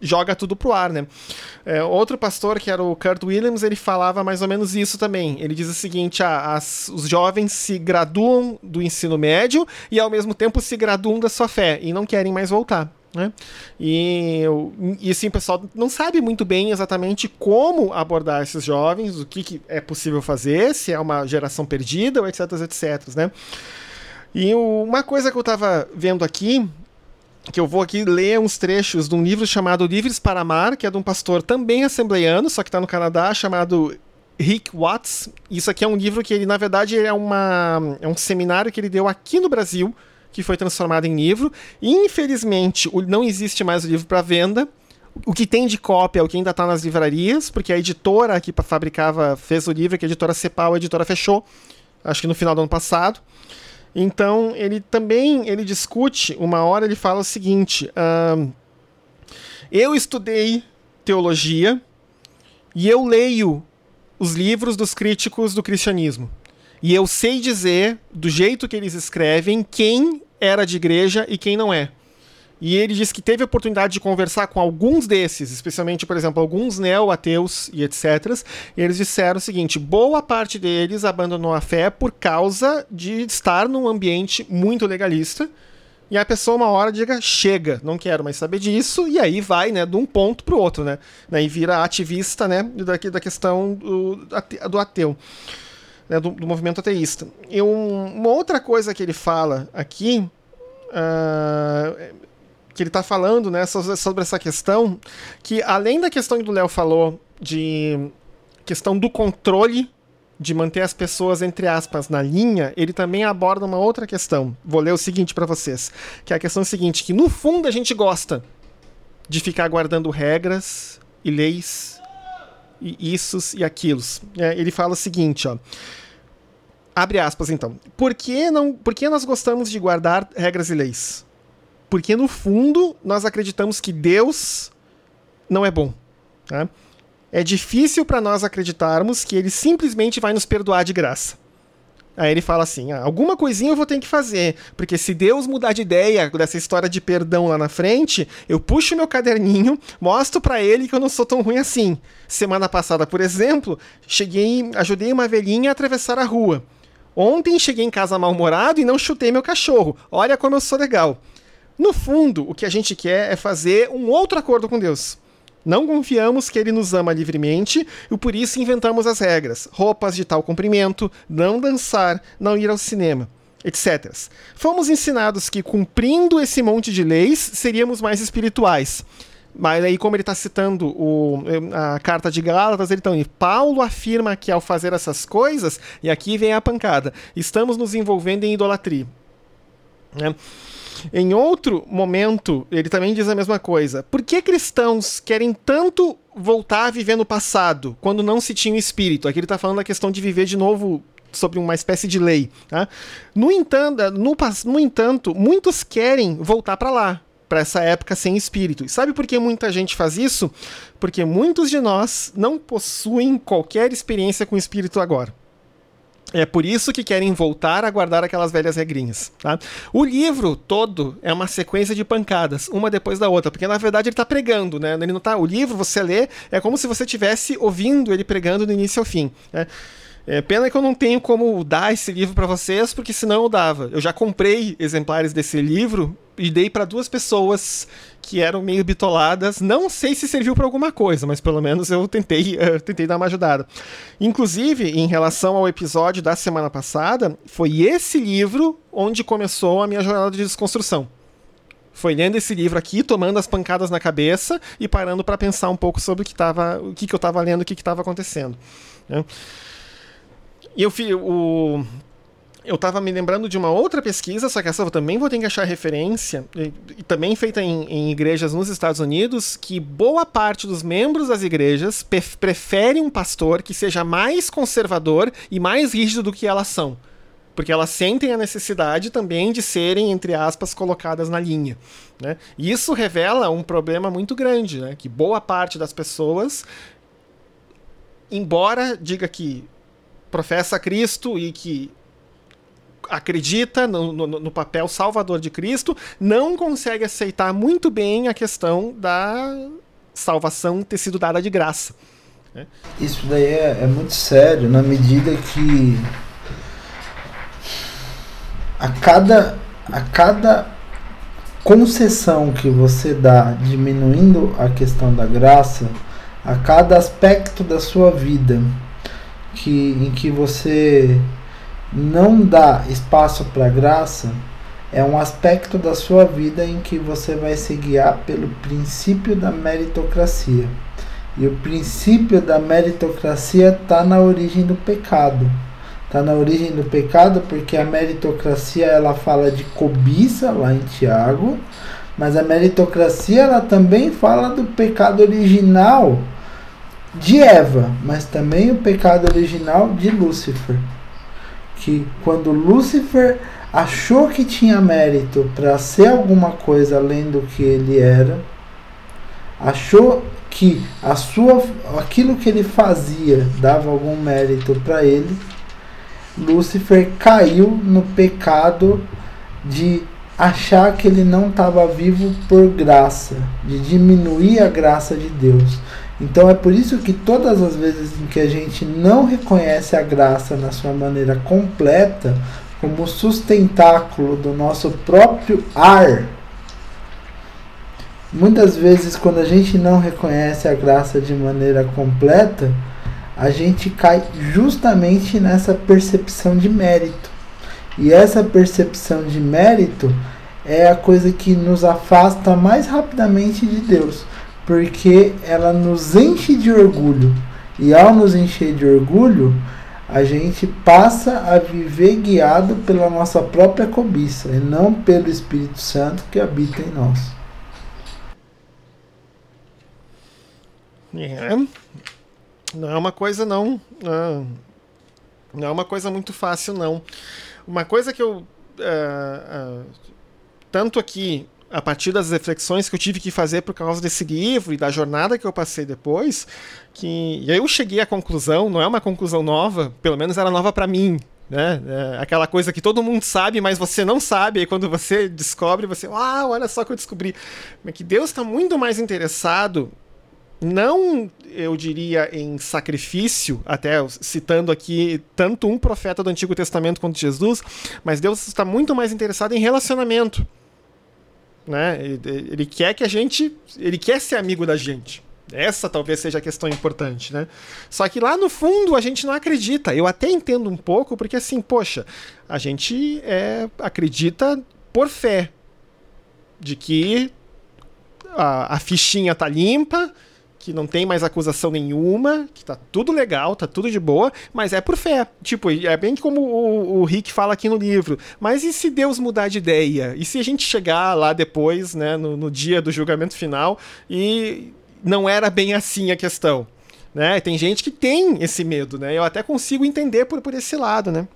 joga tudo pro ar, né? Outro pastor, que era o Kurt Williams, ele falava mais ou menos isso também. Ele diz o seguinte, os jovens se graduam do ensino médio e ao mesmo tempo se graduam da sua fé e não querem mais voltar. Né? E assim, o pessoal não sabe muito bem exatamente como abordar esses jovens, o que é possível fazer, se é uma geração perdida, ou etc, etc, né? E uma coisa que eu estava vendo aqui, que eu vou aqui ler uns trechos de um livro chamado Livres para Amar, que é de um pastor também assembleiano, só que está no Canadá, chamado Rick Watts. Isso aqui é um livro que ele, na verdade, é um seminário que ele deu aqui no Brasil, que foi transformado em livro. Infelizmente, não existe mais o livro para venda. O que tem de cópia é o que ainda está nas livrarias, porque a editora que fabricava, fez o livro, que a editora Cepal, a editora fechou, acho que no final do ano passado. Então, ele discute, uma hora ele fala o seguinte, eu estudei teologia e eu leio os livros dos críticos do cristianismo. E eu sei dizer, do jeito que eles escrevem, quem era de igreja e quem não é. E ele diz que teve a oportunidade de conversar com alguns desses, especialmente, por exemplo, alguns neo-ateus e etc. E eles disseram o seguinte, boa parte deles abandonou a fé por causa de estar num ambiente muito legalista. E a pessoa uma hora diga, chega, não quero mais saber disso, e aí vai, né, de um ponto para o outro, né? E vira ativista, né, da questão do ateu. Né, do movimento ateísta. E uma outra coisa que ele fala aqui, que ele está falando, né, sobre essa questão, que além da questão que o Léo falou, de questão do controle, de manter as pessoas, entre aspas, na linha, ele também aborda uma outra questão. Vou ler o seguinte para vocês, que é a questão seguinte, que no fundo a gente gosta de ficar guardando regras e leis e issos e aquilos. Ele fala o seguinte, ó, abre aspas então, por que nós gostamos de guardar regras e leis? Porque no fundo nós acreditamos que Deus não é bom, tá? É difícil para nós acreditarmos que ele simplesmente vai nos perdoar de graça. Aí ele fala assim, alguma coisinha eu vou ter que fazer, porque se Deus mudar de ideia dessa história de perdão lá na frente, eu puxo meu caderninho, mostro pra ele que eu não sou tão ruim assim. Semana passada, por exemplo, ajudei uma velhinha a atravessar a rua. Ontem cheguei em casa mal-humorado e não chutei meu cachorro. Olha como eu sou legal. No fundo, o que a gente quer é fazer um outro acordo com Deus. Não confiamos que ele nos ama livremente e por isso inventamos as regras. Roupas de tal comprimento, não dançar, não ir ao cinema, etc. Fomos ensinados que, cumprindo esse monte de leis, seríamos mais espirituais. Mas aí, como ele está citando a carta de Gálatas, Paulo afirma que ao fazer essas coisas, e aqui vem a pancada, estamos nos envolvendo em idolatria. Né? Em outro momento, ele também diz a mesma coisa. Por que cristãos querem tanto voltar a viver no passado, quando não se tinha o espírito? Aqui ele está falando da questão de viver de novo sobre uma espécie de lei. Tá? No entanto, muitos querem voltar para lá, para essa época sem espírito. E sabe por que muita gente faz isso? Porque muitos de nós não possuem qualquer experiência com o espírito agora. É por isso que querem voltar a guardar aquelas velhas regrinhas. Tá? O livro todo é uma sequência de pancadas, uma depois da outra, porque na verdade ele está pregando, né? Ele não tá, o livro, você lê, é como se você estivesse ouvindo ele pregando do início ao fim. Né? Pena que eu não tenho como dar esse livro para vocês, porque senão eu dava. Eu já comprei exemplares desse livro e dei para 2 pessoas que eram meio bitoladas. Não sei se serviu para alguma coisa, mas pelo menos eu tentei dar uma ajudada. Inclusive, em relação ao episódio da semana passada, foi esse livro onde começou a minha jornada de desconstrução. Foi lendo esse livro aqui, tomando as pancadas na cabeça e parando para pensar um pouco sobre o que eu estava lendo, o que estava acontecendo. Né? E eu estava me lembrando de uma outra pesquisa, só que essa eu também vou ter que achar referência, e também feita em igrejas nos Estados Unidos, que boa parte dos membros das igrejas preferem um pastor que seja mais conservador e mais rígido do que elas são. Porque elas sentem a necessidade também de serem, entre aspas, colocadas na linha. Né? E isso revela um problema muito grande, né? Que boa parte das pessoas, embora diga que professa Cristo e que acredita no papel salvador de Cristo, não consegue aceitar muito bem a questão salvação ter sido dada de graça. Né? Isso daí é muito sério, na medida que a cada concessão que você dá, diminuindo a questão da graça, a cada aspecto da sua vida em que você não dá espaço para a graça, é um aspecto da sua vida em que você vai se guiar pelo princípio da meritocracia. E o princípio da meritocracia está na origem do pecado. Está na origem do pecado porque a meritocracia ela fala de cobiça lá em Tiago, mas a meritocracia ela também fala do pecado original de Eva, mas também o pecado original de Lúcifer. Que quando Lúcifer achou que tinha mérito para ser alguma coisa além do que ele era, achou que aquilo que ele fazia dava algum mérito para ele, Lúcifer caiu no pecado de achar que ele não estava vivo por graça, de diminuir a graça de Deus. Então é por isso que todas as vezes em que a gente não reconhece a graça na sua maneira completa, como sustentáculo do nosso próprio ar, muitas vezes quando a gente não reconhece a graça de maneira completa, a gente cai justamente nessa percepção de mérito. E essa percepção de mérito é a coisa que nos afasta mais rapidamente de Deus, porque ela nos enche de orgulho. E ao nos encher de orgulho, a gente passa a viver guiado pela nossa própria cobiça, e não pelo Espírito Santo que habita em nós. Não é uma coisa não é uma coisa muito fácil não. Uma coisa que eu tanto aqui a partir das reflexões que eu tive que fazer por causa desse livro e da jornada que eu passei depois, e aí eu cheguei à conclusão, não é uma conclusão nova, pelo menos era nova para mim, né? Aquela coisa que todo mundo sabe, mas você não sabe, e quando você descobre, você, olha só que eu descobri, que Deus está muito mais interessado, não, eu diria, em sacrifício, até citando aqui tanto um profeta do Antigo Testamento quanto Jesus, mas Deus está muito mais interessado em relacionamento. Né? Ele quer ele quer ser amigo da gente. Essa talvez seja a questão importante, né? Só que lá no fundo a gente não acredita. Eu até entendo um pouco, porque assim, poxa, a gente acredita por fé de que a fichinha tá limpa, que não tem mais acusação nenhuma, que tá tudo legal, tá tudo de boa, mas é por fé. Tipo, é bem como o Rick fala aqui no livro. Mas e se Deus mudar de ideia? E se a gente chegar lá depois, né, no dia do julgamento final, e não era bem assim a questão? Né? Tem gente que tem esse medo, né? Eu até consigo entender por esse lado, né?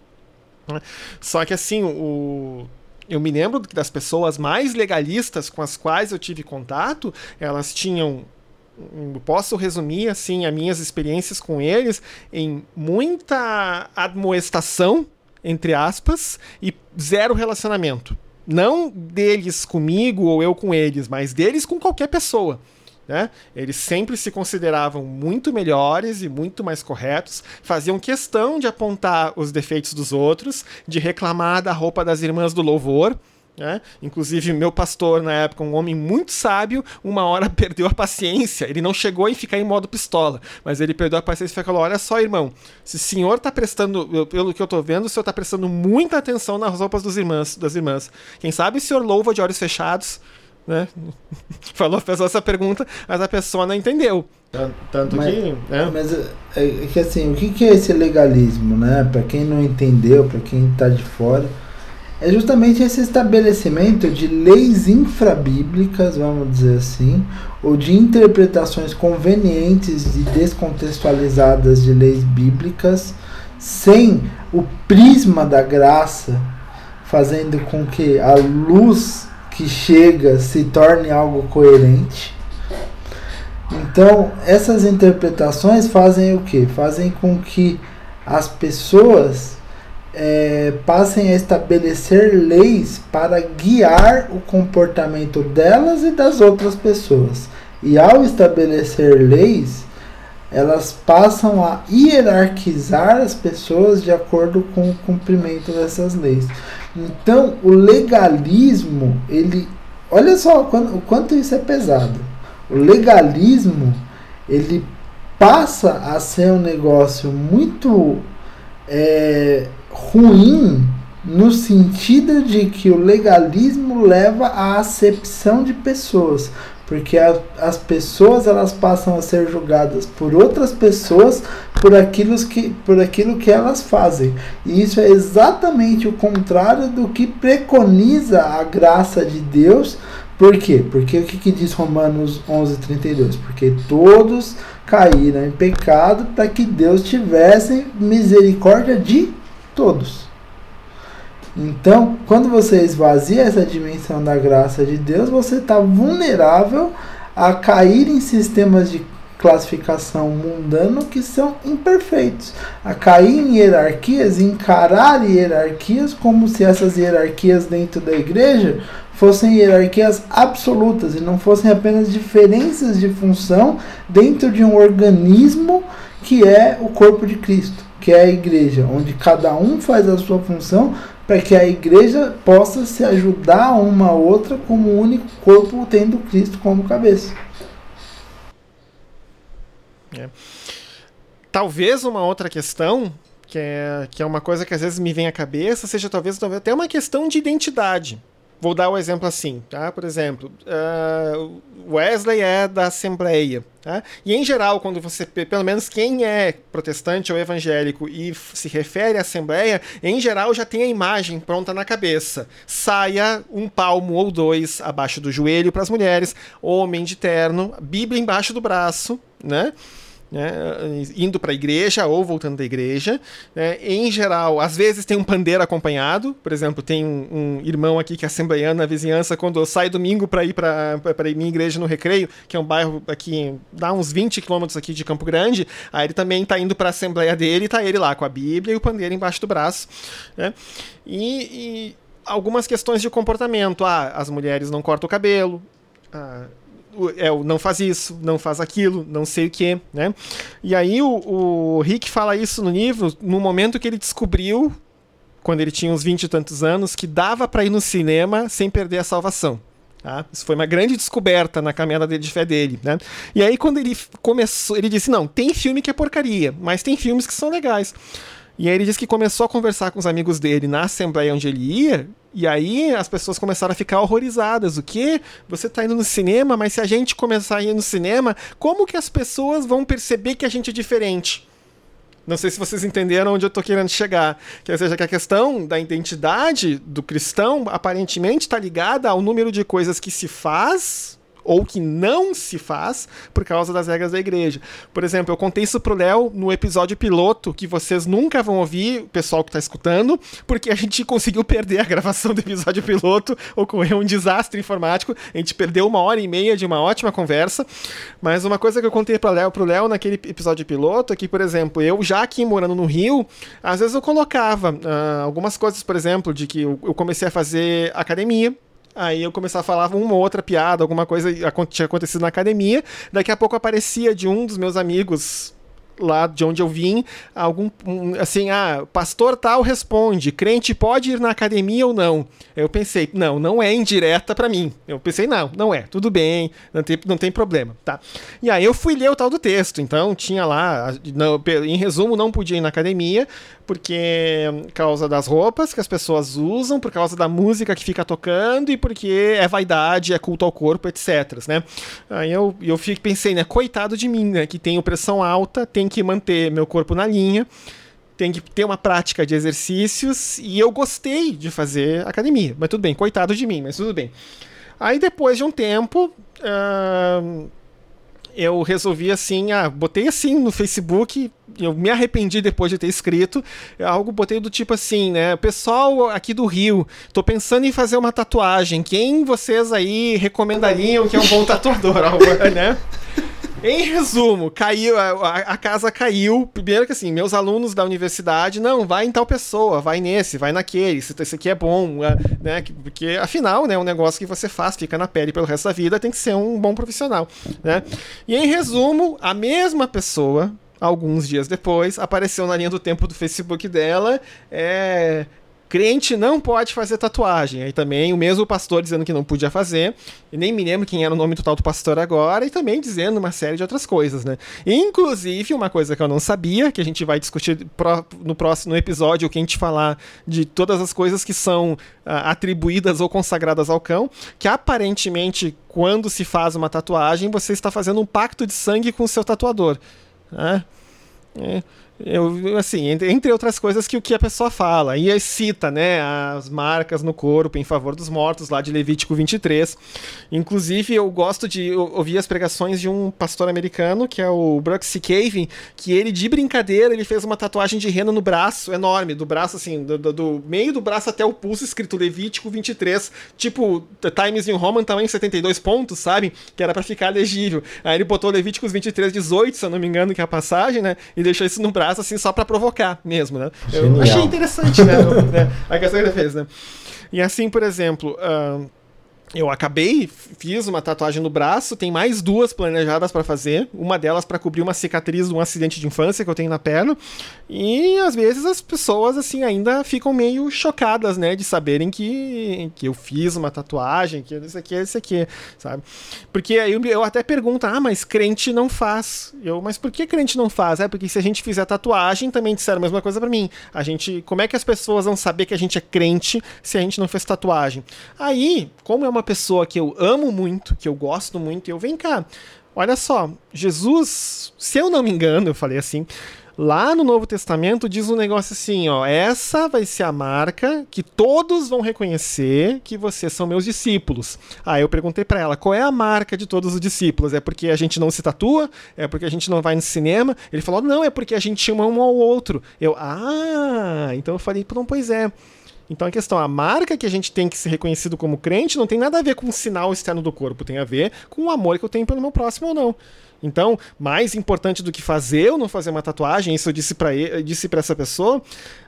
Só que assim, eu me lembro das pessoas mais legalistas com as quais eu tive contato, elas tinham... Posso resumir assim as minhas experiências com eles em muita admoestação, entre aspas, e zero relacionamento. Não deles comigo ou eu com eles, mas deles com qualquer pessoa. Né? Eles sempre se consideravam muito melhores e muito mais corretos, faziam questão de apontar os defeitos dos outros, de reclamar da roupa das irmãs do louvor. Inclusive meu pastor na época, um homem muito sábio, uma hora perdeu a paciência. Ele não chegou a ficar em modo pistola, mas ele perdeu a paciência e falou: olha só, irmão, se o senhor está prestando, pelo que eu estou vendo, o senhor está prestando muita atenção nas roupas das irmãs. Quem sabe o senhor louva de olhos fechados, né? Fez essa pergunta, mas a pessoa não entendeu. Tanto que... Mas é que assim, o que é esse legalismo, né? Para quem não entendeu, para quem está de fora, é justamente esse estabelecimento de leis infrabíblicas, vamos dizer assim, ou de interpretações convenientes e descontextualizadas de leis bíblicas, sem o prisma da graça, fazendo com que a luz que chega se torne algo coerente. Então, essas interpretações fazem o quê? Fazem com que as pessoas passem a estabelecer leis para guiar o comportamento delas e das outras pessoas. E ao estabelecer leis, elas passam a hierarquizar as pessoas de acordo com o cumprimento dessas leis. Então, o legalismo, olha só o quanto isso é pesado. O legalismo, ele passa a ser um negócio muito ruim, no sentido de que o legalismo leva à acepção de pessoas, porque as pessoas elas passam a ser julgadas por outras pessoas por aquilo que elas fazem. E isso é exatamente o contrário do que preconiza a graça de Deus. Por quê? Porque o que diz Romanos 11:32? Porque todos caíram em pecado para que Deus tivesse misericórdia de todos. Então, quando você esvazia essa dimensão da graça de Deus, você está vulnerável a cair em sistemas de classificação mundano que são imperfeitos, a cair em hierarquias, encarar hierarquias como se essas hierarquias dentro da igreja fossem hierarquias absolutas e não fossem apenas diferenças de função dentro de um organismo que é o corpo de Cristo, que é a igreja, onde cada um faz a sua função para que a igreja possa se ajudar uma a outra como um único corpo, tendo Cristo como cabeça. Talvez uma outra questão, que é uma coisa que às vezes me vem à cabeça, seja talvez até uma questão de identidade. Vou dar um exemplo assim, tá? Por exemplo, Wesley é da Assembleia, tá? E em geral, quando você, pelo menos quem é protestante ou evangélico e se refere à Assembleia, em geral já tem a imagem pronta na cabeça. Saia 1 palmo ou 2 abaixo do joelho para as mulheres, homem de terno, Bíblia embaixo do braço, né? Indo para a igreja ou voltando da igreja, né? Em geral, às vezes tem um pandeiro acompanhado. Por exemplo, tem um irmão aqui que é assembleiano na vizinhança. Quando eu saio domingo para ir para minha igreja no Recreio, que é um bairro aqui, dá uns 20 quilômetros aqui de Campo Grande, aí ele também está indo para a assembleia dele e tá ele lá com a Bíblia e o pandeiro embaixo do braço, né? E algumas questões de comportamento. As mulheres não cortam o cabelo, não faz isso, não faz aquilo, não sei o que, né? E aí o Rick fala isso no livro, no momento que ele descobriu, quando ele tinha uns 20 e tantos anos, que dava para ir no cinema sem perder a salvação. Tá? Isso foi uma grande descoberta na caminhada de fé dele, né? E aí quando ele começou, ele disse, não, tem filme que é porcaria, mas tem filmes que são legais. E aí ele disse que começou a conversar com os amigos dele na assembleia onde ele ia, e aí as pessoas começaram a ficar horrorizadas. O quê? Você tá indo no cinema, mas se a gente começar a ir no cinema, como que as pessoas vão perceber que a gente é diferente? Não sei se vocês entenderam onde eu tô querendo chegar. Quer dizer, que a questão da identidade do cristão aparentemente está ligada ao número de coisas que se faz ou que não se faz por causa das regras da igreja. Por exemplo, eu contei isso pro Léo no episódio piloto, que vocês nunca vão ouvir, o pessoal que tá escutando, porque a gente conseguiu perder a gravação do episódio piloto, ocorreu um desastre informático, a gente perdeu 1h30 de uma ótima conversa, mas uma coisa que eu contei pro Léo naquele episódio piloto é que, por exemplo, eu já aqui morando no Rio, às vezes eu colocava algumas coisas, por exemplo, de que eu comecei a fazer academia. Aí eu começava a falar uma ou outra piada, alguma coisa tinha acontecido na academia. Daqui a pouco aparecia de um dos meus amigos lá de onde eu vim, pastor tal responde, crente pode ir na academia ou não? Eu pensei, não é indireta pra mim. Eu pensei, não é, tudo bem, não tem problema, tá? E aí eu fui ler o tal do texto, então tinha lá, em resumo, não podia ir na academia, porque por causa das roupas que as pessoas usam, por causa da música que fica tocando e porque é vaidade, é culto ao corpo, etc, né? Aí eu pensei, né, coitado de mim, né, que tenho pressão alta, tem que manter meu corpo na linha, tem que ter uma prática de exercícios, e eu gostei de fazer academia, mas tudo bem, coitado de mim, mas tudo bem. Aí depois de um tempo, eu resolvi botei assim no Facebook, eu me arrependi depois de ter escrito, botei do tipo assim, né, pessoal aqui do Rio, tô pensando em fazer uma tatuagem, quem vocês aí recomendariam que é um bom tatuador, né? Em resumo, caiu, a casa caiu. Primeiro que assim, meus alunos da universidade, não, vai em tal pessoa, vai nesse, vai naquele, esse aqui é bom, né? Porque afinal, né, um negócio que você faz, fica na pele pelo resto da vida, tem que ser um bom profissional, né? E em resumo, a mesma pessoa, alguns dias depois, apareceu na linha do tempo do Facebook dela, crente não pode fazer tatuagem. Aí também o mesmo pastor dizendo que não podia fazer. E nem me lembro quem era o nome total do pastor agora. E também dizendo uma série de outras coisas, né? Inclusive, uma coisa que eu não sabia, que a gente vai discutir no próximo episódio, que a gente falar de todas as coisas que são atribuídas ou consagradas ao cão, que aparentemente, quando se faz uma tatuagem, você está fazendo um pacto de sangue com o seu tatuador. Né? Assim, entre outras coisas que o que a pessoa fala, e aí cita, né, as marcas no corpo em favor dos mortos, lá de Levítico 23. Inclusive, eu gosto de ouvir as pregações de um pastor americano, que é o Brooks C. Cavin, que ele, de brincadeira, ele fez uma tatuagem de rena no braço, enorme, do braço, assim, do meio do braço até o pulso, escrito Levítico 23, tipo Times New Roman, tamanho 72 pontos, sabe? Que era pra ficar legível. Aí ele botou Levíticos 23, 18, se eu não me engano, que é a passagem, né, e deixou isso no braço, assim, só pra provocar mesmo, né? Eu achei interessante, né? A questão que ele fez, né? E assim, por exemplo, eu fiz uma tatuagem no braço, tem mais 2 planejadas pra fazer, uma delas pra cobrir uma cicatriz de um acidente de infância que eu tenho na perna, e às vezes as pessoas, assim, ainda ficam meio chocadas, né, de saberem que eu fiz uma tatuagem, que isso aqui, sabe? Porque aí eu até pergunto, mas crente não faz. Mas por que crente não faz? Porque se a gente fizer tatuagem, também disseram a mesma coisa pra mim. Como é que as pessoas vão saber que a gente é crente se a gente não fez tatuagem? Aí, como é uma pessoa que eu amo muito, que eu gosto muito, vem cá, olha só, Jesus, se eu não me engano, eu falei assim, lá no Novo Testamento diz um negócio assim, essa vai ser a marca que todos vão reconhecer que vocês são meus discípulos. Aí eu perguntei pra ela, qual é a marca de todos os discípulos? É porque a gente não se tatua? É porque a gente não vai no cinema? Ele falou, não, é porque a gente ama um ao outro. Então eu falei, pois é. Então a questão, a marca que a gente tem que ser reconhecido como crente não tem nada a ver com o sinal externo do corpo, tem a ver com o amor que eu tenho pelo meu próximo ou não. Então, mais importante do que fazer ou não fazer uma tatuagem, isso eu disse pra essa pessoa,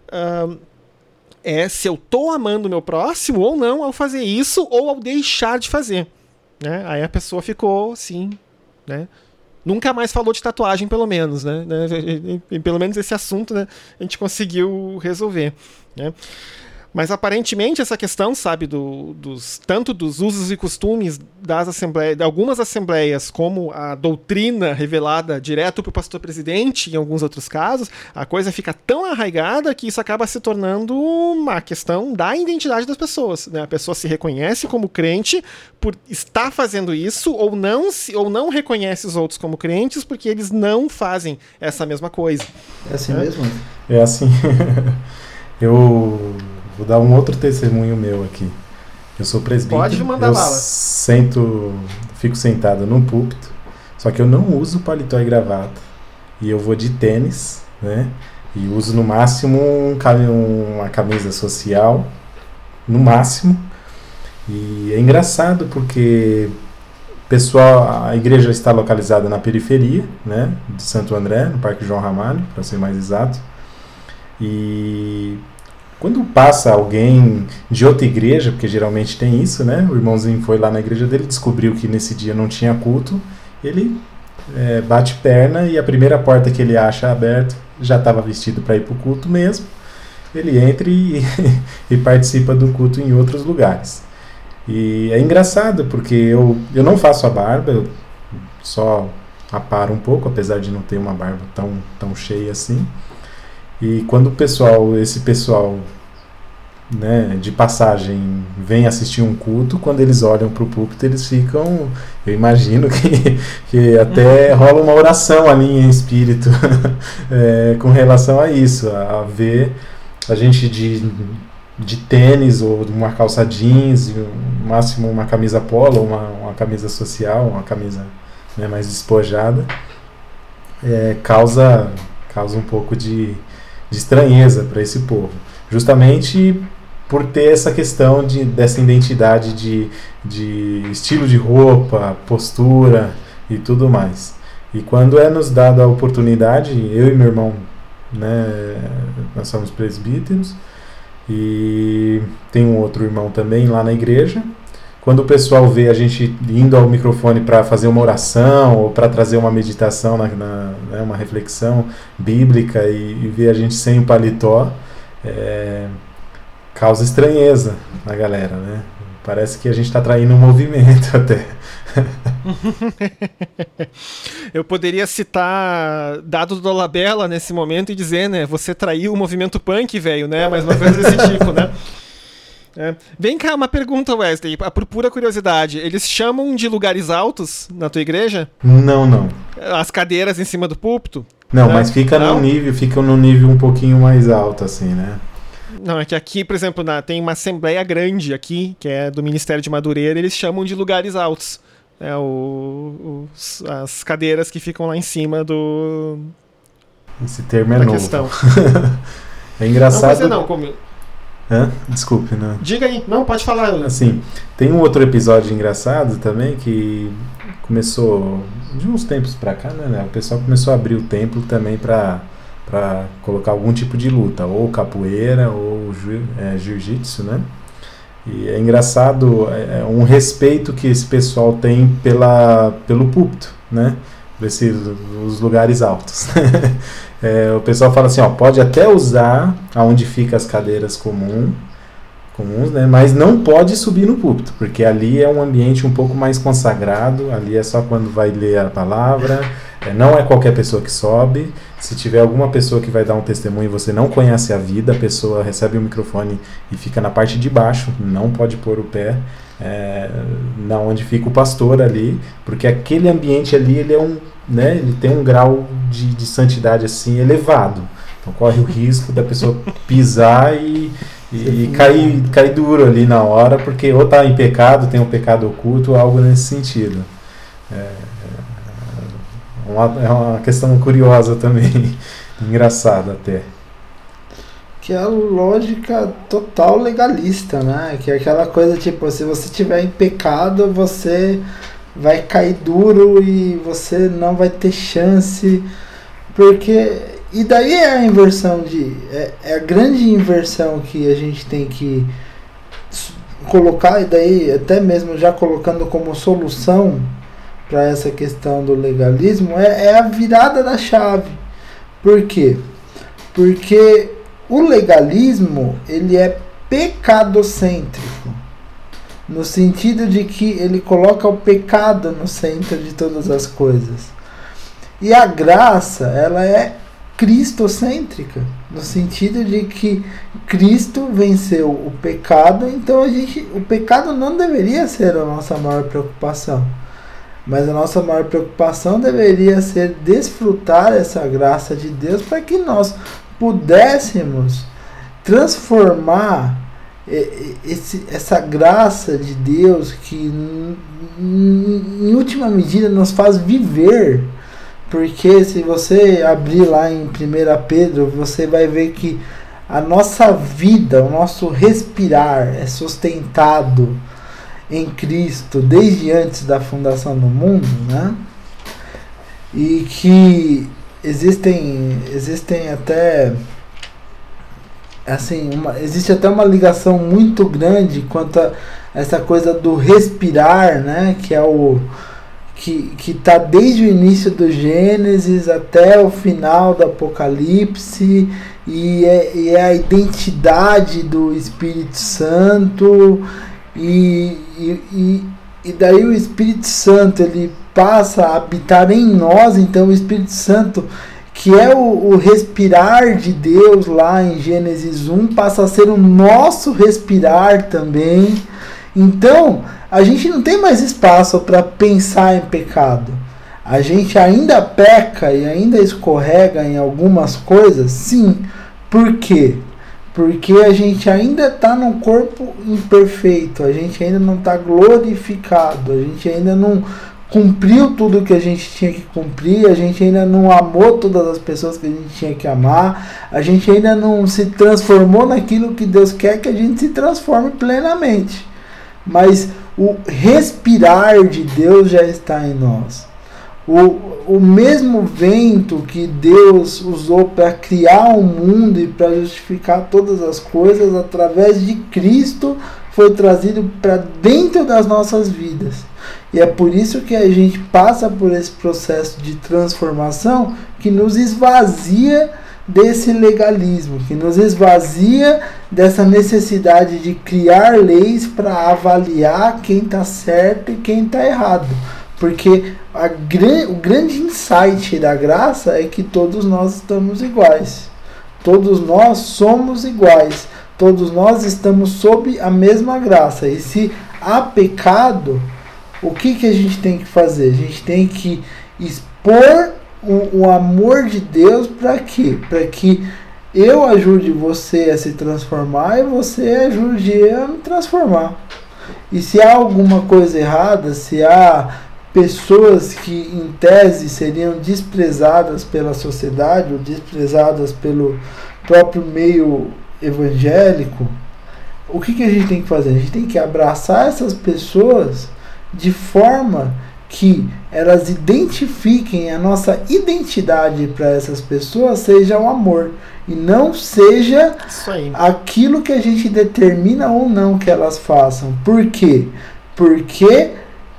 se eu tô amando o meu próximo ou não ao fazer isso ou ao deixar de fazer. Né? Aí a pessoa ficou assim, né? Nunca mais falou de tatuagem, pelo menos, né? Pelo menos esse assunto, né, a gente conseguiu resolver, né? Mas aparentemente essa questão, sabe, tanto dos usos e costumes de algumas assembleias, como a doutrina revelada direto para o pastor-presidente, em alguns outros casos, a coisa fica tão arraigada que isso acaba se tornando uma questão da identidade das pessoas. Né? A pessoa se reconhece como crente por estar fazendo isso, ou não reconhece os outros como crentes porque eles não fazem essa mesma coisa. É assim mesmo? É assim. Vou dar um outro testemunho meu aqui. Eu sou presbítero. Pode mandar bala. Fico sentado num púlpito, só que eu não uso paletó e gravata. E eu vou de tênis, né? E uso no máximo uma camisa social, no máximo. E é engraçado porque a igreja está localizada na periferia, né? De Santo André, no Parque João Ramalho, para ser mais exato. E quando passa alguém de outra igreja, porque geralmente tem isso, né? O irmãozinho foi lá na igreja dele, descobriu que nesse dia não tinha culto, ele bate perna e a primeira porta que ele acha aberta já estava vestido para ir para o culto mesmo. Ele entra e participa do culto em outros lugares. E é engraçado porque eu não faço a barba, eu só aparo um pouco, apesar de não ter uma barba tão cheia assim. E quando esse pessoal, né, de passagem vem assistir um culto, quando eles olham para o púlpito, eles ficam, eu imagino que até rola uma oração ali em espírito com relação a isso, a ver a gente de tênis ou de uma calça jeans, no máximo uma camisa polo, uma camisa social, uma camisa, né, mais despojada, causa um pouco de estranheza para esse povo, justamente por ter essa questão dessa identidade de estilo de roupa, postura e tudo mais. E quando é nos dada a oportunidade, eu e meu irmão, né, nós somos presbíteros, e tem um outro irmão também lá na igreja. Quando o pessoal vê a gente indo ao microfone para fazer uma oração ou para trazer uma meditação, né, uma reflexão bíblica, e vê a gente sem o paletó, causa estranheza na galera, né? Parece que a gente está traindo um movimento até. Eu poderia citar dados do Dolabella nesse momento e dizer, né, você traiu o movimento punk, velho, né, mas uma coisa desse tipo, né. Vem cá, uma pergunta, Wesley, por pura curiosidade, eles chamam de lugares altos na tua igreja? Não. As cadeiras em cima do púlpito? Não, né? Mas ficam num nível um pouquinho mais alto, assim, né. Não, é que aqui, por exemplo, tem uma assembleia grande aqui, que é do Ministério de Madureira, eles chamam de lugares altos. As cadeiras que ficam lá em cima do... Esse termo é novo. Questão. É engraçado... Não, como... Desculpe, não. Diga aí. Não, pode falar. Assim, tem um outro episódio engraçado também que começou de uns tempos pra cá, né? O pessoal começou a abrir o templo também pra colocar algum tipo de luta, ou capoeira, ou jiu-jitsu, né? E é engraçado um respeito que esse pessoal tem pelo púlpito, né? Os lugares altos. O pessoal fala assim, pode até usar aonde fica as cadeiras comuns, né? Mas não pode subir no púlpito, porque ali é um ambiente um pouco mais consagrado, ali é só quando vai ler a palavra, não é qualquer pessoa que sobe. Se tiver alguma pessoa que vai dar um testemunho e você não conhece a vida, a pessoa recebe o microfone e fica na parte de baixo, não pode pôr o pé na onde fica o pastor ali, porque aquele ambiente ali ele tem um grau de santidade assim elevado, então corre o risco da pessoa pisar e cair duro ali na hora, porque ou está em pecado, tem um pecado oculto, ou algo nesse sentido. É uma questão curiosa também, engraçada até. Que é a lógica total legalista, né? Que é aquela coisa tipo, se você estiver em pecado, você vai cair duro e você não vai ter chance, porque... E daí é a inversão é a grande inversão que a gente tem que colocar, e daí até mesmo já colocando como solução para essa questão do legalismo, é a virada da chave. Por quê? Porque o legalismo, ele é pecadocêntrico, no sentido de que ele coloca o pecado no centro de todas as coisas. E a graça, ela é cristocêntrica, no sentido de que Cristo venceu o pecado, então o pecado não deveria ser a nossa maior preocupação. Mas a nossa maior preocupação deveria ser desfrutar essa graça de Deus para que nós pudéssemos transformar essa graça de Deus que, em última medida, nos faz viver. Porque se você abrir lá em 1 Pedro, você vai ver que a nossa vida, o nosso respirar é sustentado em Cristo desde antes da fundação do mundo, né? E que existem até assim, existe até uma ligação muito grande quanto a essa coisa do respirar, né? Que é que está desde o início do Gênesis até o final do Apocalipse, e é a identidade do Espírito Santo, e daí o Espírito Santo ele passa a habitar em nós. Então o Espírito Santo, que é o respirar de Deus lá em Gênesis 1, passa a ser o nosso respirar também. Então a gente não tem mais espaço para pensar em pecado. A gente ainda peca e ainda escorrega em algumas coisas, sim. Por quê? Porque a gente ainda está num corpo imperfeito, a gente ainda não está glorificado, a gente ainda não cumpriu tudo que a gente tinha que cumprir, a gente ainda não amou todas as pessoas que a gente tinha que amar, a gente ainda não se transformou naquilo que Deus quer que a gente se transforme plenamente. Mas o respirar de Deus já está em nós. O mesmo vento que Deus usou para criar o mundo e para justificar todas as coisas, através de Cristo, foi trazido para dentro das nossas vidas. E é por isso que a gente passa por esse processo de transformação que nos esvazia desse legalismo, que nos esvazia dessa necessidade de criar leis para avaliar quem está certo e quem está errado. Porque o grande insight da graça é que todos nós estamos iguais. Todos nós somos iguais. Todos nós estamos sob a mesma graça. E se há pecado, o que a gente tem que fazer? A gente tem que expor o amor de Deus para quê? Para que eu ajude você a se transformar e você ajude eu a me transformar. E se há alguma coisa errada, se há pessoas que em tese seriam desprezadas pela sociedade ou desprezadas pelo próprio meio evangélico, o que a gente tem que fazer? A gente tem que abraçar essas pessoas de forma que elas identifiquem a nossa identidade para essas pessoas seja o amor e não seja aquilo que a gente determina ou não que elas façam. Por quê? Porque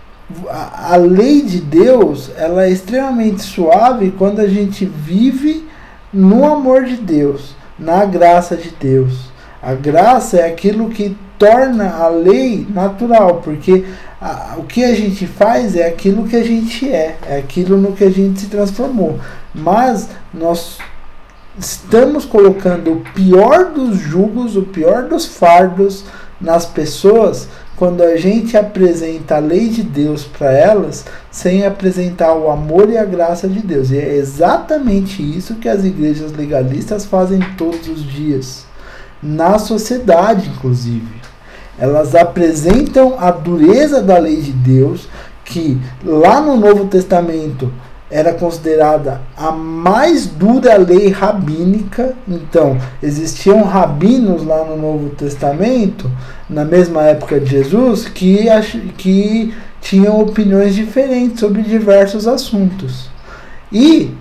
a lei de Deus, ela é extremamente suave quando a gente vive no amor de Deus, na graça de Deus. A graça é aquilo que torna a lei natural, porque o que a gente faz é aquilo que a gente é aquilo no que a gente se transformou. Mas nós estamos colocando o pior dos jugos, o pior dos fardos nas pessoas quando a gente apresenta a lei de Deus para elas sem apresentar o amor e a graça de Deus. E é exatamente isso que as igrejas legalistas fazem todos os dias, na sociedade inclusive. Elas apresentam a dureza da lei de Deus, que lá no Novo Testamento era considerada a mais dura lei rabínica. Então, existiam rabinos lá no Novo Testamento, na mesma época de Jesus, que tinham opiniões diferentes sobre diversos assuntos. E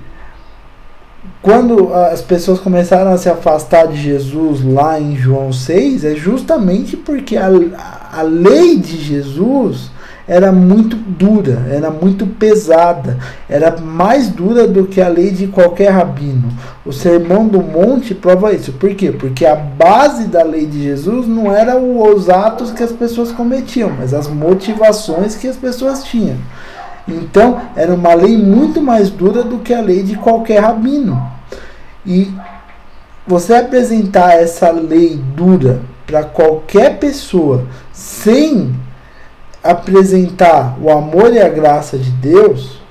quando as pessoas começaram a se afastar de Jesus lá em João 6, é justamente porque a lei de Jesus era muito dura, era muito pesada, era mais dura do que a lei de qualquer rabino. O Sermão do Monte prova isso. Por quê? Porque a base da lei de Jesus não eram os atos que as pessoas cometiam, mas as motivações que as pessoas tinham. Então, era uma lei muito mais dura do que a lei de qualquer rabino. E você apresentar essa lei dura para qualquer pessoa sem apresentar o amor e a graça de Deus,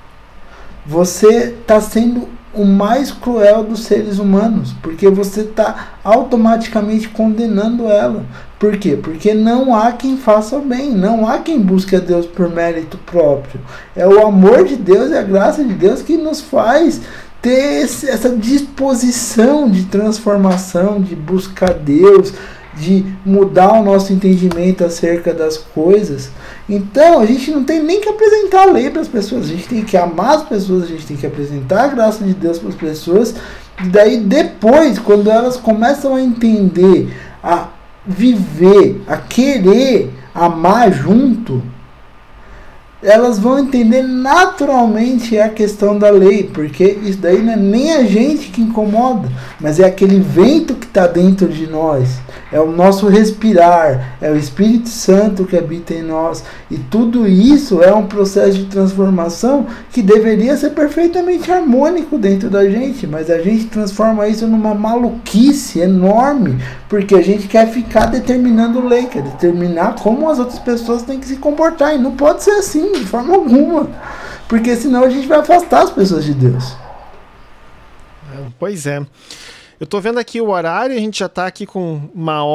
você está sendo o mais cruel dos seres humanos, porque você está automaticamente condenando ela. Por quê? Porque não há quem faça o bem, não há quem busque a Deus por mérito próprio. É o amor de Deus e a graça de Deus que nos faz ter essa disposição de transformação, de buscar Deus, de mudar o nosso entendimento acerca das coisas. Então a gente não tem nem que apresentar a lei para as pessoas, a gente tem que amar as pessoas, a gente tem que apresentar a graça de Deus para as pessoas, e daí depois, quando elas começam a entender, a viver, a querer amar junto, elas vão entender naturalmente a questão da lei, porque isso daí não é nem a gente que incomoda, mas é aquele vento que está dentro de nós, é o nosso respirar, é o Espírito Santo que habita em nós, e tudo isso é um processo de transformação que deveria ser perfeitamente harmônico dentro da gente, mas a gente transforma isso numa maluquice enorme, porque a gente quer ficar determinando lei, quer determinar como as outras pessoas têm que se comportar, e não pode ser assim de forma alguma, porque senão a gente vai afastar as pessoas de Deus. Pois é. Eu tô vendo aqui o horário, a gente já tá aqui com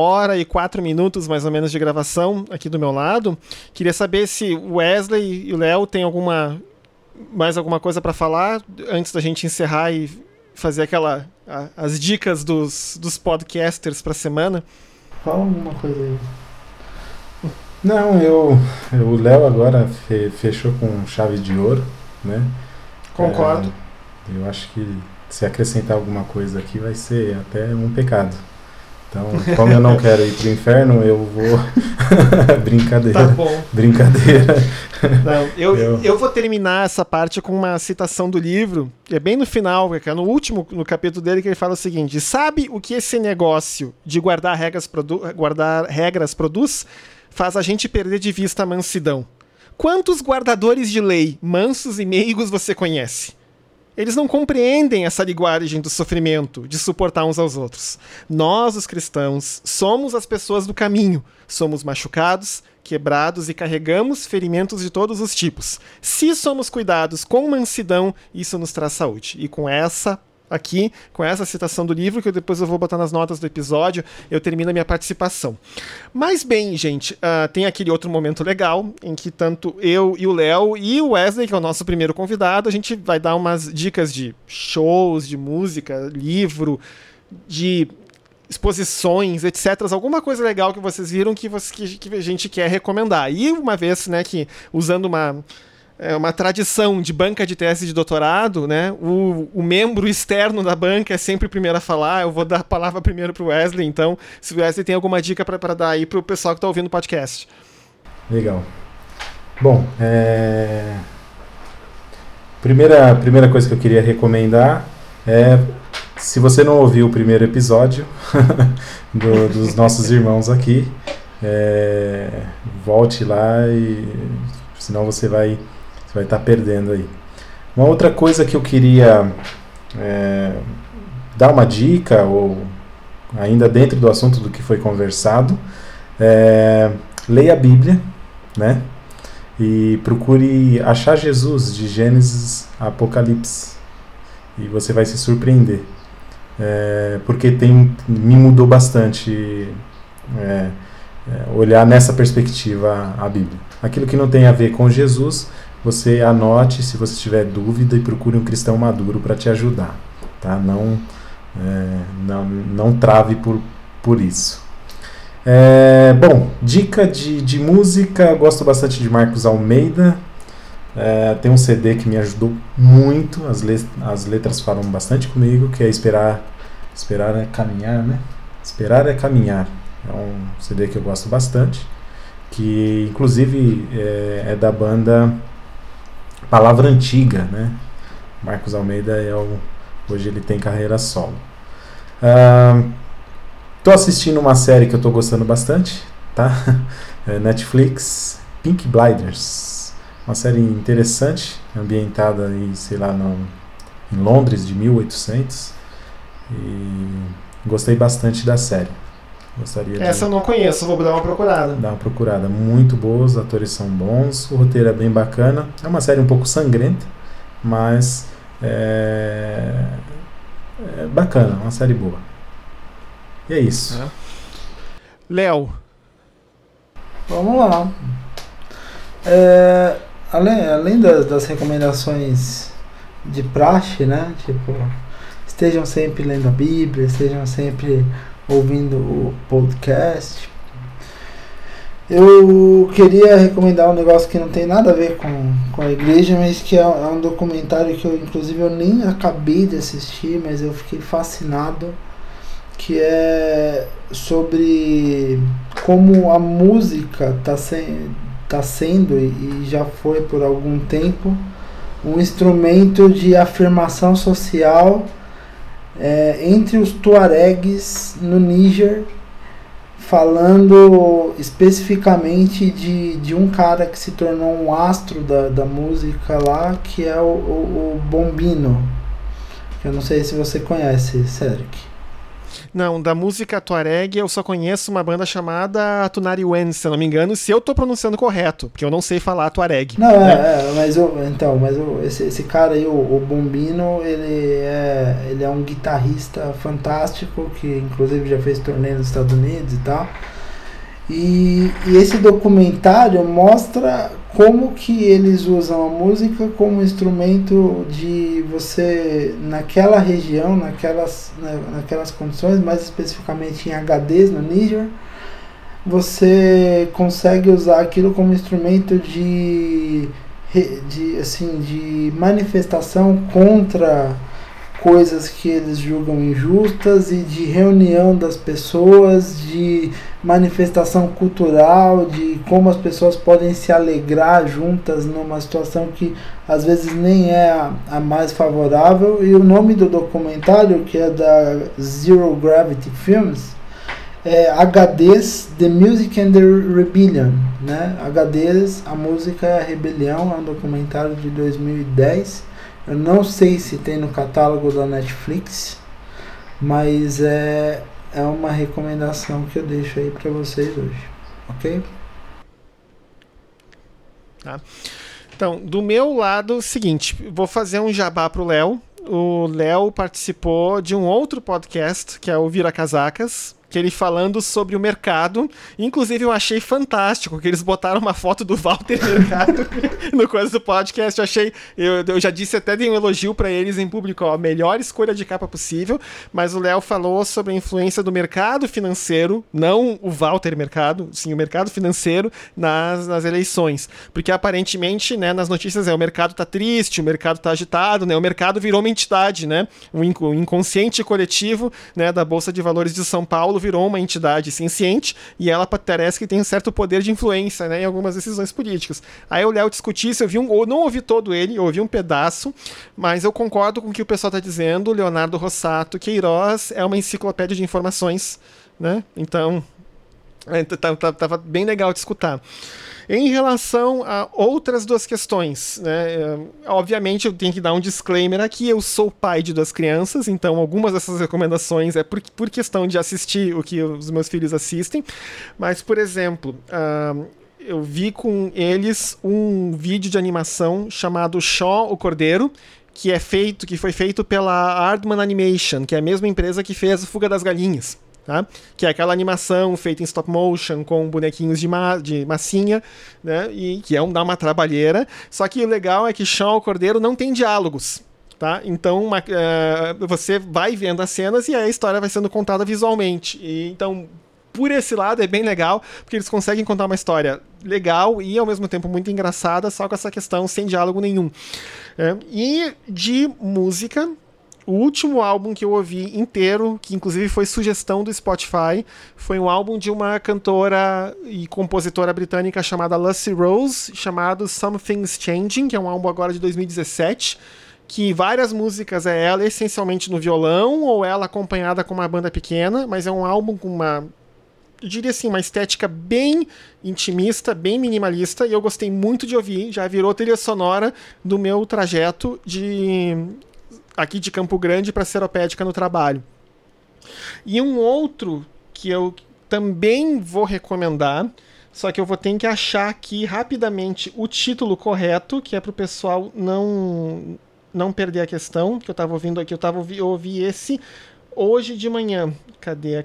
1h04 mais ou menos de gravação aqui do meu lado. Queria saber se o Wesley e o Léo tem mais alguma coisa para falar antes da gente encerrar e fazer as dicas dos podcasters para a semana. Fala alguma coisa aí. Não, o Léo agora fechou com chave de ouro. né? Concordo. Eu acho que se acrescentar alguma coisa aqui vai ser até um pecado. Então, como eu não quero ir pro inferno, eu vou... Brincadeira. Tá bom. Brincadeira. Não, eu vou terminar essa parte com uma citação do livro, que é bem no final, que é no capítulo dele, que ele fala o seguinte: sabe o que esse negócio de guardar regras produz? Faz a gente perder de vista a mansidão. Quantos guardadores de lei, mansos e meigos, você conhece? Eles não compreendem essa linguagem do sofrimento, de suportar uns aos outros. Nós, os cristãos, somos as pessoas do caminho. Somos machucados, quebrados e carregamos ferimentos de todos os tipos. Se somos cuidados com mansidão, isso nos traz saúde. E com essa citação do livro, que depois eu vou botar nas notas do episódio, eu termino a minha participação. Mas bem, gente, tem aquele outro momento legal, em que tanto eu e o Léo e o Wesley, que é o nosso primeiro convidado, a gente vai dar umas dicas de shows, de música, livro, de exposições, etc. Alguma coisa legal que vocês viram que a gente quer recomendar. E uma vez, né, que usando uma tradição de banca de tese de doutorado, né? O membro externo da banca é sempre o primeiro a falar. Eu vou dar a palavra primeiro para o Wesley, então, se o Wesley tem alguma dica para dar aí para o pessoal que está ouvindo o podcast. Legal. Bom, primeira coisa que eu queria recomendar é, se você não ouviu o primeiro episódio dos nossos irmãos aqui, volte lá, e senão você vai estar perdendo aí. Uma outra coisa que eu queria dar uma dica, ou ainda dentro do assunto do que foi conversado, leia a Bíblia, né? E procure achar Jesus de Gênesis a Apocalipse, e você vai se surpreender, porque me mudou bastante olhar nessa perspectiva a Bíblia. Aquilo que não tem a ver com Jesus, você anote se você tiver dúvida e procure um cristão maduro para te ajudar, tá? Não trave por isso. Bom, dica de música, eu gosto bastante de Marcos Almeida. Tem um CD que me ajudou muito, as letras falam bastante comigo, que é Esperar é Caminhar, né? Esperar é Caminhar. É um CD que eu gosto bastante, que inclusive é da banda Palavra Antiga, né? Marcos Almeida hoje ele tem carreira solo. Tô assistindo uma série que eu tô gostando bastante, tá? Netflix, Peaky Blinders, uma série interessante, ambientada aí, sei lá, em Londres de 1800, e gostei bastante da série. Essa eu não conheço, vou dar uma procurada. Dá uma procurada, muito boa, os atores são bons, o roteiro é bem bacana. É uma série um pouco sangrenta, mas é bacana, uma série boa. E é isso. Léo. Vamos lá. Além das recomendações de praxe, né? Tipo, estejam sempre lendo a Bíblia, estejam sempre ouvindo o podcast. Eu queria recomendar um negócio que não tem nada a ver com a igreja, mas que é um documentário que inclusive eu nem acabei de assistir, mas eu fiquei fascinado, que é sobre como a música está sendo e já foi por algum tempo um instrumento de afirmação social entre os tuaregues no Níger, falando especificamente de um cara que se tornou um astro da música lá, que é o Bombino. Eu não sei se você conhece, Cedric. Não, da música tuareg eu só conheço uma banda chamada Tunariwen, se eu não me engano, se eu tô pronunciando correto, porque eu não sei falar tuareg. Não, mas esse cara aí, o Bombino, ele é um guitarrista fantástico, que inclusive já fez turnê nos Estados Unidos e tal. E esse documentário mostra como que eles usam a música como instrumento de você, naquela região, naquelas condições, mais especificamente em Agadez, no Níger, você consegue usar aquilo como instrumento de de manifestação contra coisas que eles julgam injustas e de reunião das pessoas, de manifestação cultural, de como as pessoas podem se alegrar juntas numa situação que às vezes nem é a mais favorável. E o nome do documentário, que é da Zero Gravity Films, é HDs, The Music and the Rebellion, né? HDs, a música é a rebelião, é um documentário de 2010. Eu não sei se tem no catálogo da Netflix, mas é uma recomendação que eu deixo aí para vocês hoje, ok? Tá. Então, do meu lado, seguinte, vou fazer um jabá pro Léo. O Léo participou de um outro podcast, que é o Vira Casacas, que ele falando sobre o mercado. Inclusive, eu achei fantástico que eles botaram uma foto do Walter Mercado no coisa do podcast. Eu já disse, até dei um elogio para eles em público, ó, a melhor escolha de capa possível, mas o Léo falou sobre a influência do mercado financeiro, não o Walter Mercado, sim, o mercado financeiro nas eleições. Porque aparentemente, né, nas notícias o mercado tá triste, o mercado tá agitado, né, o mercado virou uma entidade, né, o inconsciente coletivo, né, da Bolsa de Valores de São Paulo virou uma entidade senciente e ela parece que tem um certo poder de influência, né, em algumas decisões políticas. Aí o Léo discutiu isso, eu não ouvi todo ele, eu ouvi um pedaço, mas eu concordo com o que o pessoal está dizendo. Leonardo Rossato Queiroz é uma enciclopédia de informações, né? Então, tava bem legal de escutar. Em relação a outras duas questões, né, obviamente eu tenho que dar um disclaimer aqui, eu sou pai de 2 crianças, então algumas dessas recomendações é por questão de assistir o que os meus filhos assistem, mas, por exemplo, eu vi com eles um vídeo de animação chamado Shaw, o Cordeiro, que foi feito pela Aardman Animation, que é a mesma empresa que fez Fuga das Galinhas. Tá? Que é aquela animação feita em stop motion com bonequinhos de massinha, né? E que dá uma trabalheira. Só que o legal é que Shaw, o Cordeiro, não tem diálogos. Tá? Então você vai vendo as cenas e a história vai sendo contada visualmente. Então, por esse lado, é bem legal, porque eles conseguem contar uma história legal e ao mesmo tempo muito engraçada, só com essa questão sem diálogo nenhum. E de música, o último álbum que eu ouvi inteiro, que inclusive foi sugestão do Spotify, foi um álbum de uma cantora e compositora britânica chamada Lucy Rose, chamado Something's Changing, que é um álbum agora de 2017, que várias músicas é ela essencialmente no violão, ou ela acompanhada com uma banda pequena, mas é um álbum com eu diria assim, uma estética bem intimista, bem minimalista, e eu gostei muito de ouvir, já virou trilha sonora do meu trajeto aqui de Campo Grande para Seropédica no trabalho. E um outro que eu também vou recomendar, só que eu vou ter que achar aqui rapidamente o título correto, que é para o pessoal não perder a questão, que eu estava ouvindo aqui, eu ouvi esse hoje de manhã. Cadê?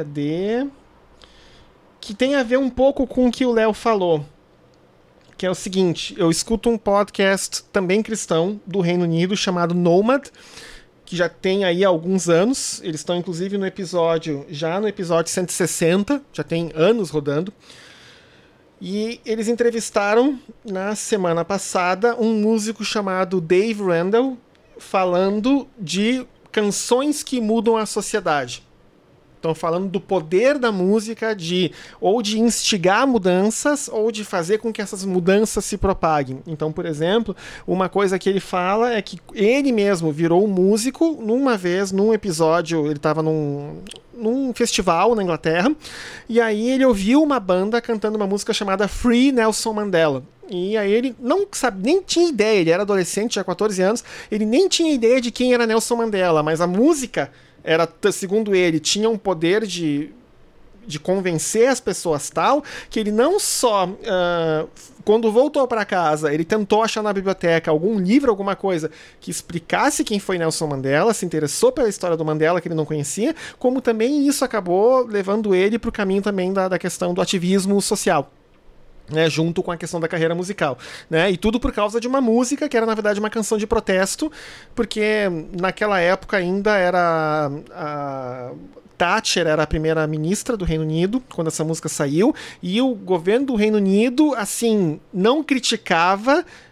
Que tem a ver um pouco com o que o Léo falou. Que é o seguinte, eu escuto um podcast também cristão do Reino Unido chamado Nomad, que já tem aí alguns anos, eles estão inclusive no episódio 160, já tem anos rodando, e eles entrevistaram na semana passada um músico chamado Dave Randall, falando de canções que mudam a sociedade. Estão falando do poder da música ou de instigar mudanças ou de fazer com que essas mudanças se propaguem. Então, por exemplo, uma coisa que ele fala é que ele mesmo virou músico num episódio, ele estava num festival na Inglaterra, e aí ele ouviu uma banda cantando uma música chamada Free Nelson Mandela. E aí ele nem tinha ideia, ele era adolescente, tinha 14 anos, ele nem tinha ideia de quem era Nelson Mandela, mas a música era, segundo ele, tinha um poder de convencer as pessoas tal, que ele não só, quando voltou para casa, ele tentou achar na biblioteca algum livro, alguma coisa que explicasse quem foi Nelson Mandela, se interessou pela história do Mandela, que ele não conhecia, como também isso acabou levando ele para o caminho também da questão do ativismo social. Né, junto com a questão da carreira musical, né, e tudo por causa de uma música que era na verdade uma canção de protesto, porque naquela época ainda era Thatcher era a primeira ministra do Reino Unido quando essa música saiu, e o governo do Reino Unido assim não criticava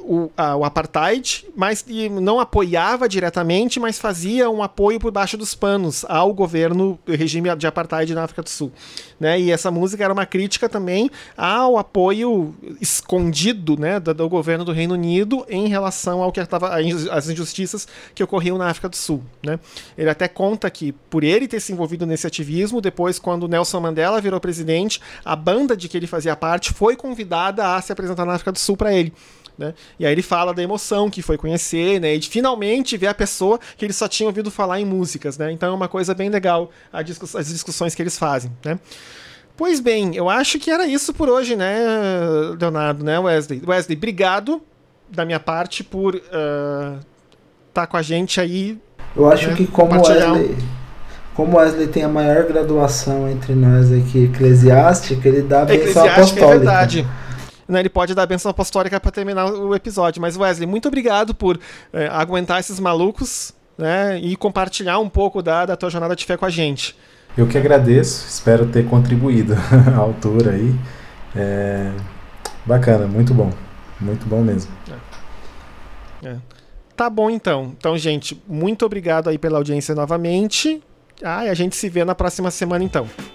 o apartheid, mas e não apoiava diretamente, mas fazia um apoio por baixo dos panos ao governo, regime de apartheid na África do Sul, né? E essa música era uma crítica também ao apoio escondido, né, do governo do Reino Unido em relação ao que estava as injustiças que ocorriam na África do Sul, né? Ele até conta que por ele ter se envolvido nesse ativismo, depois quando Nelson Mandela virou presidente, a banda de que ele fazia parte foi convidada a se apresentar na África do Sul para ele. Né? E aí ele fala da emoção que foi conhecer, né? E de finalmente ver a pessoa que ele só tinha ouvido falar em músicas, né? Então é uma coisa bem legal as discussões que eles fazem, né? Pois bem, eu acho que era isso por hoje, né, Leonardo, né, Wesley? Wesley, obrigado da minha parte por estar com a gente aí. Eu acho, né, que como o Wesley tem a maior graduação entre nós aqui, eclesiástica, ele dá a benção apostólica. É verdade. Ele pode dar a benção apostólica para terminar o episódio. Mas, Wesley, muito obrigado por aguentar esses malucos, né, e compartilhar um pouco da tua jornada de fé com a gente. Eu que agradeço, espero ter contribuído à altura aí. Bacana, muito bom mesmo. Tá bom então. Então, gente, muito obrigado aí pela audiência novamente. E a gente se vê na próxima semana então.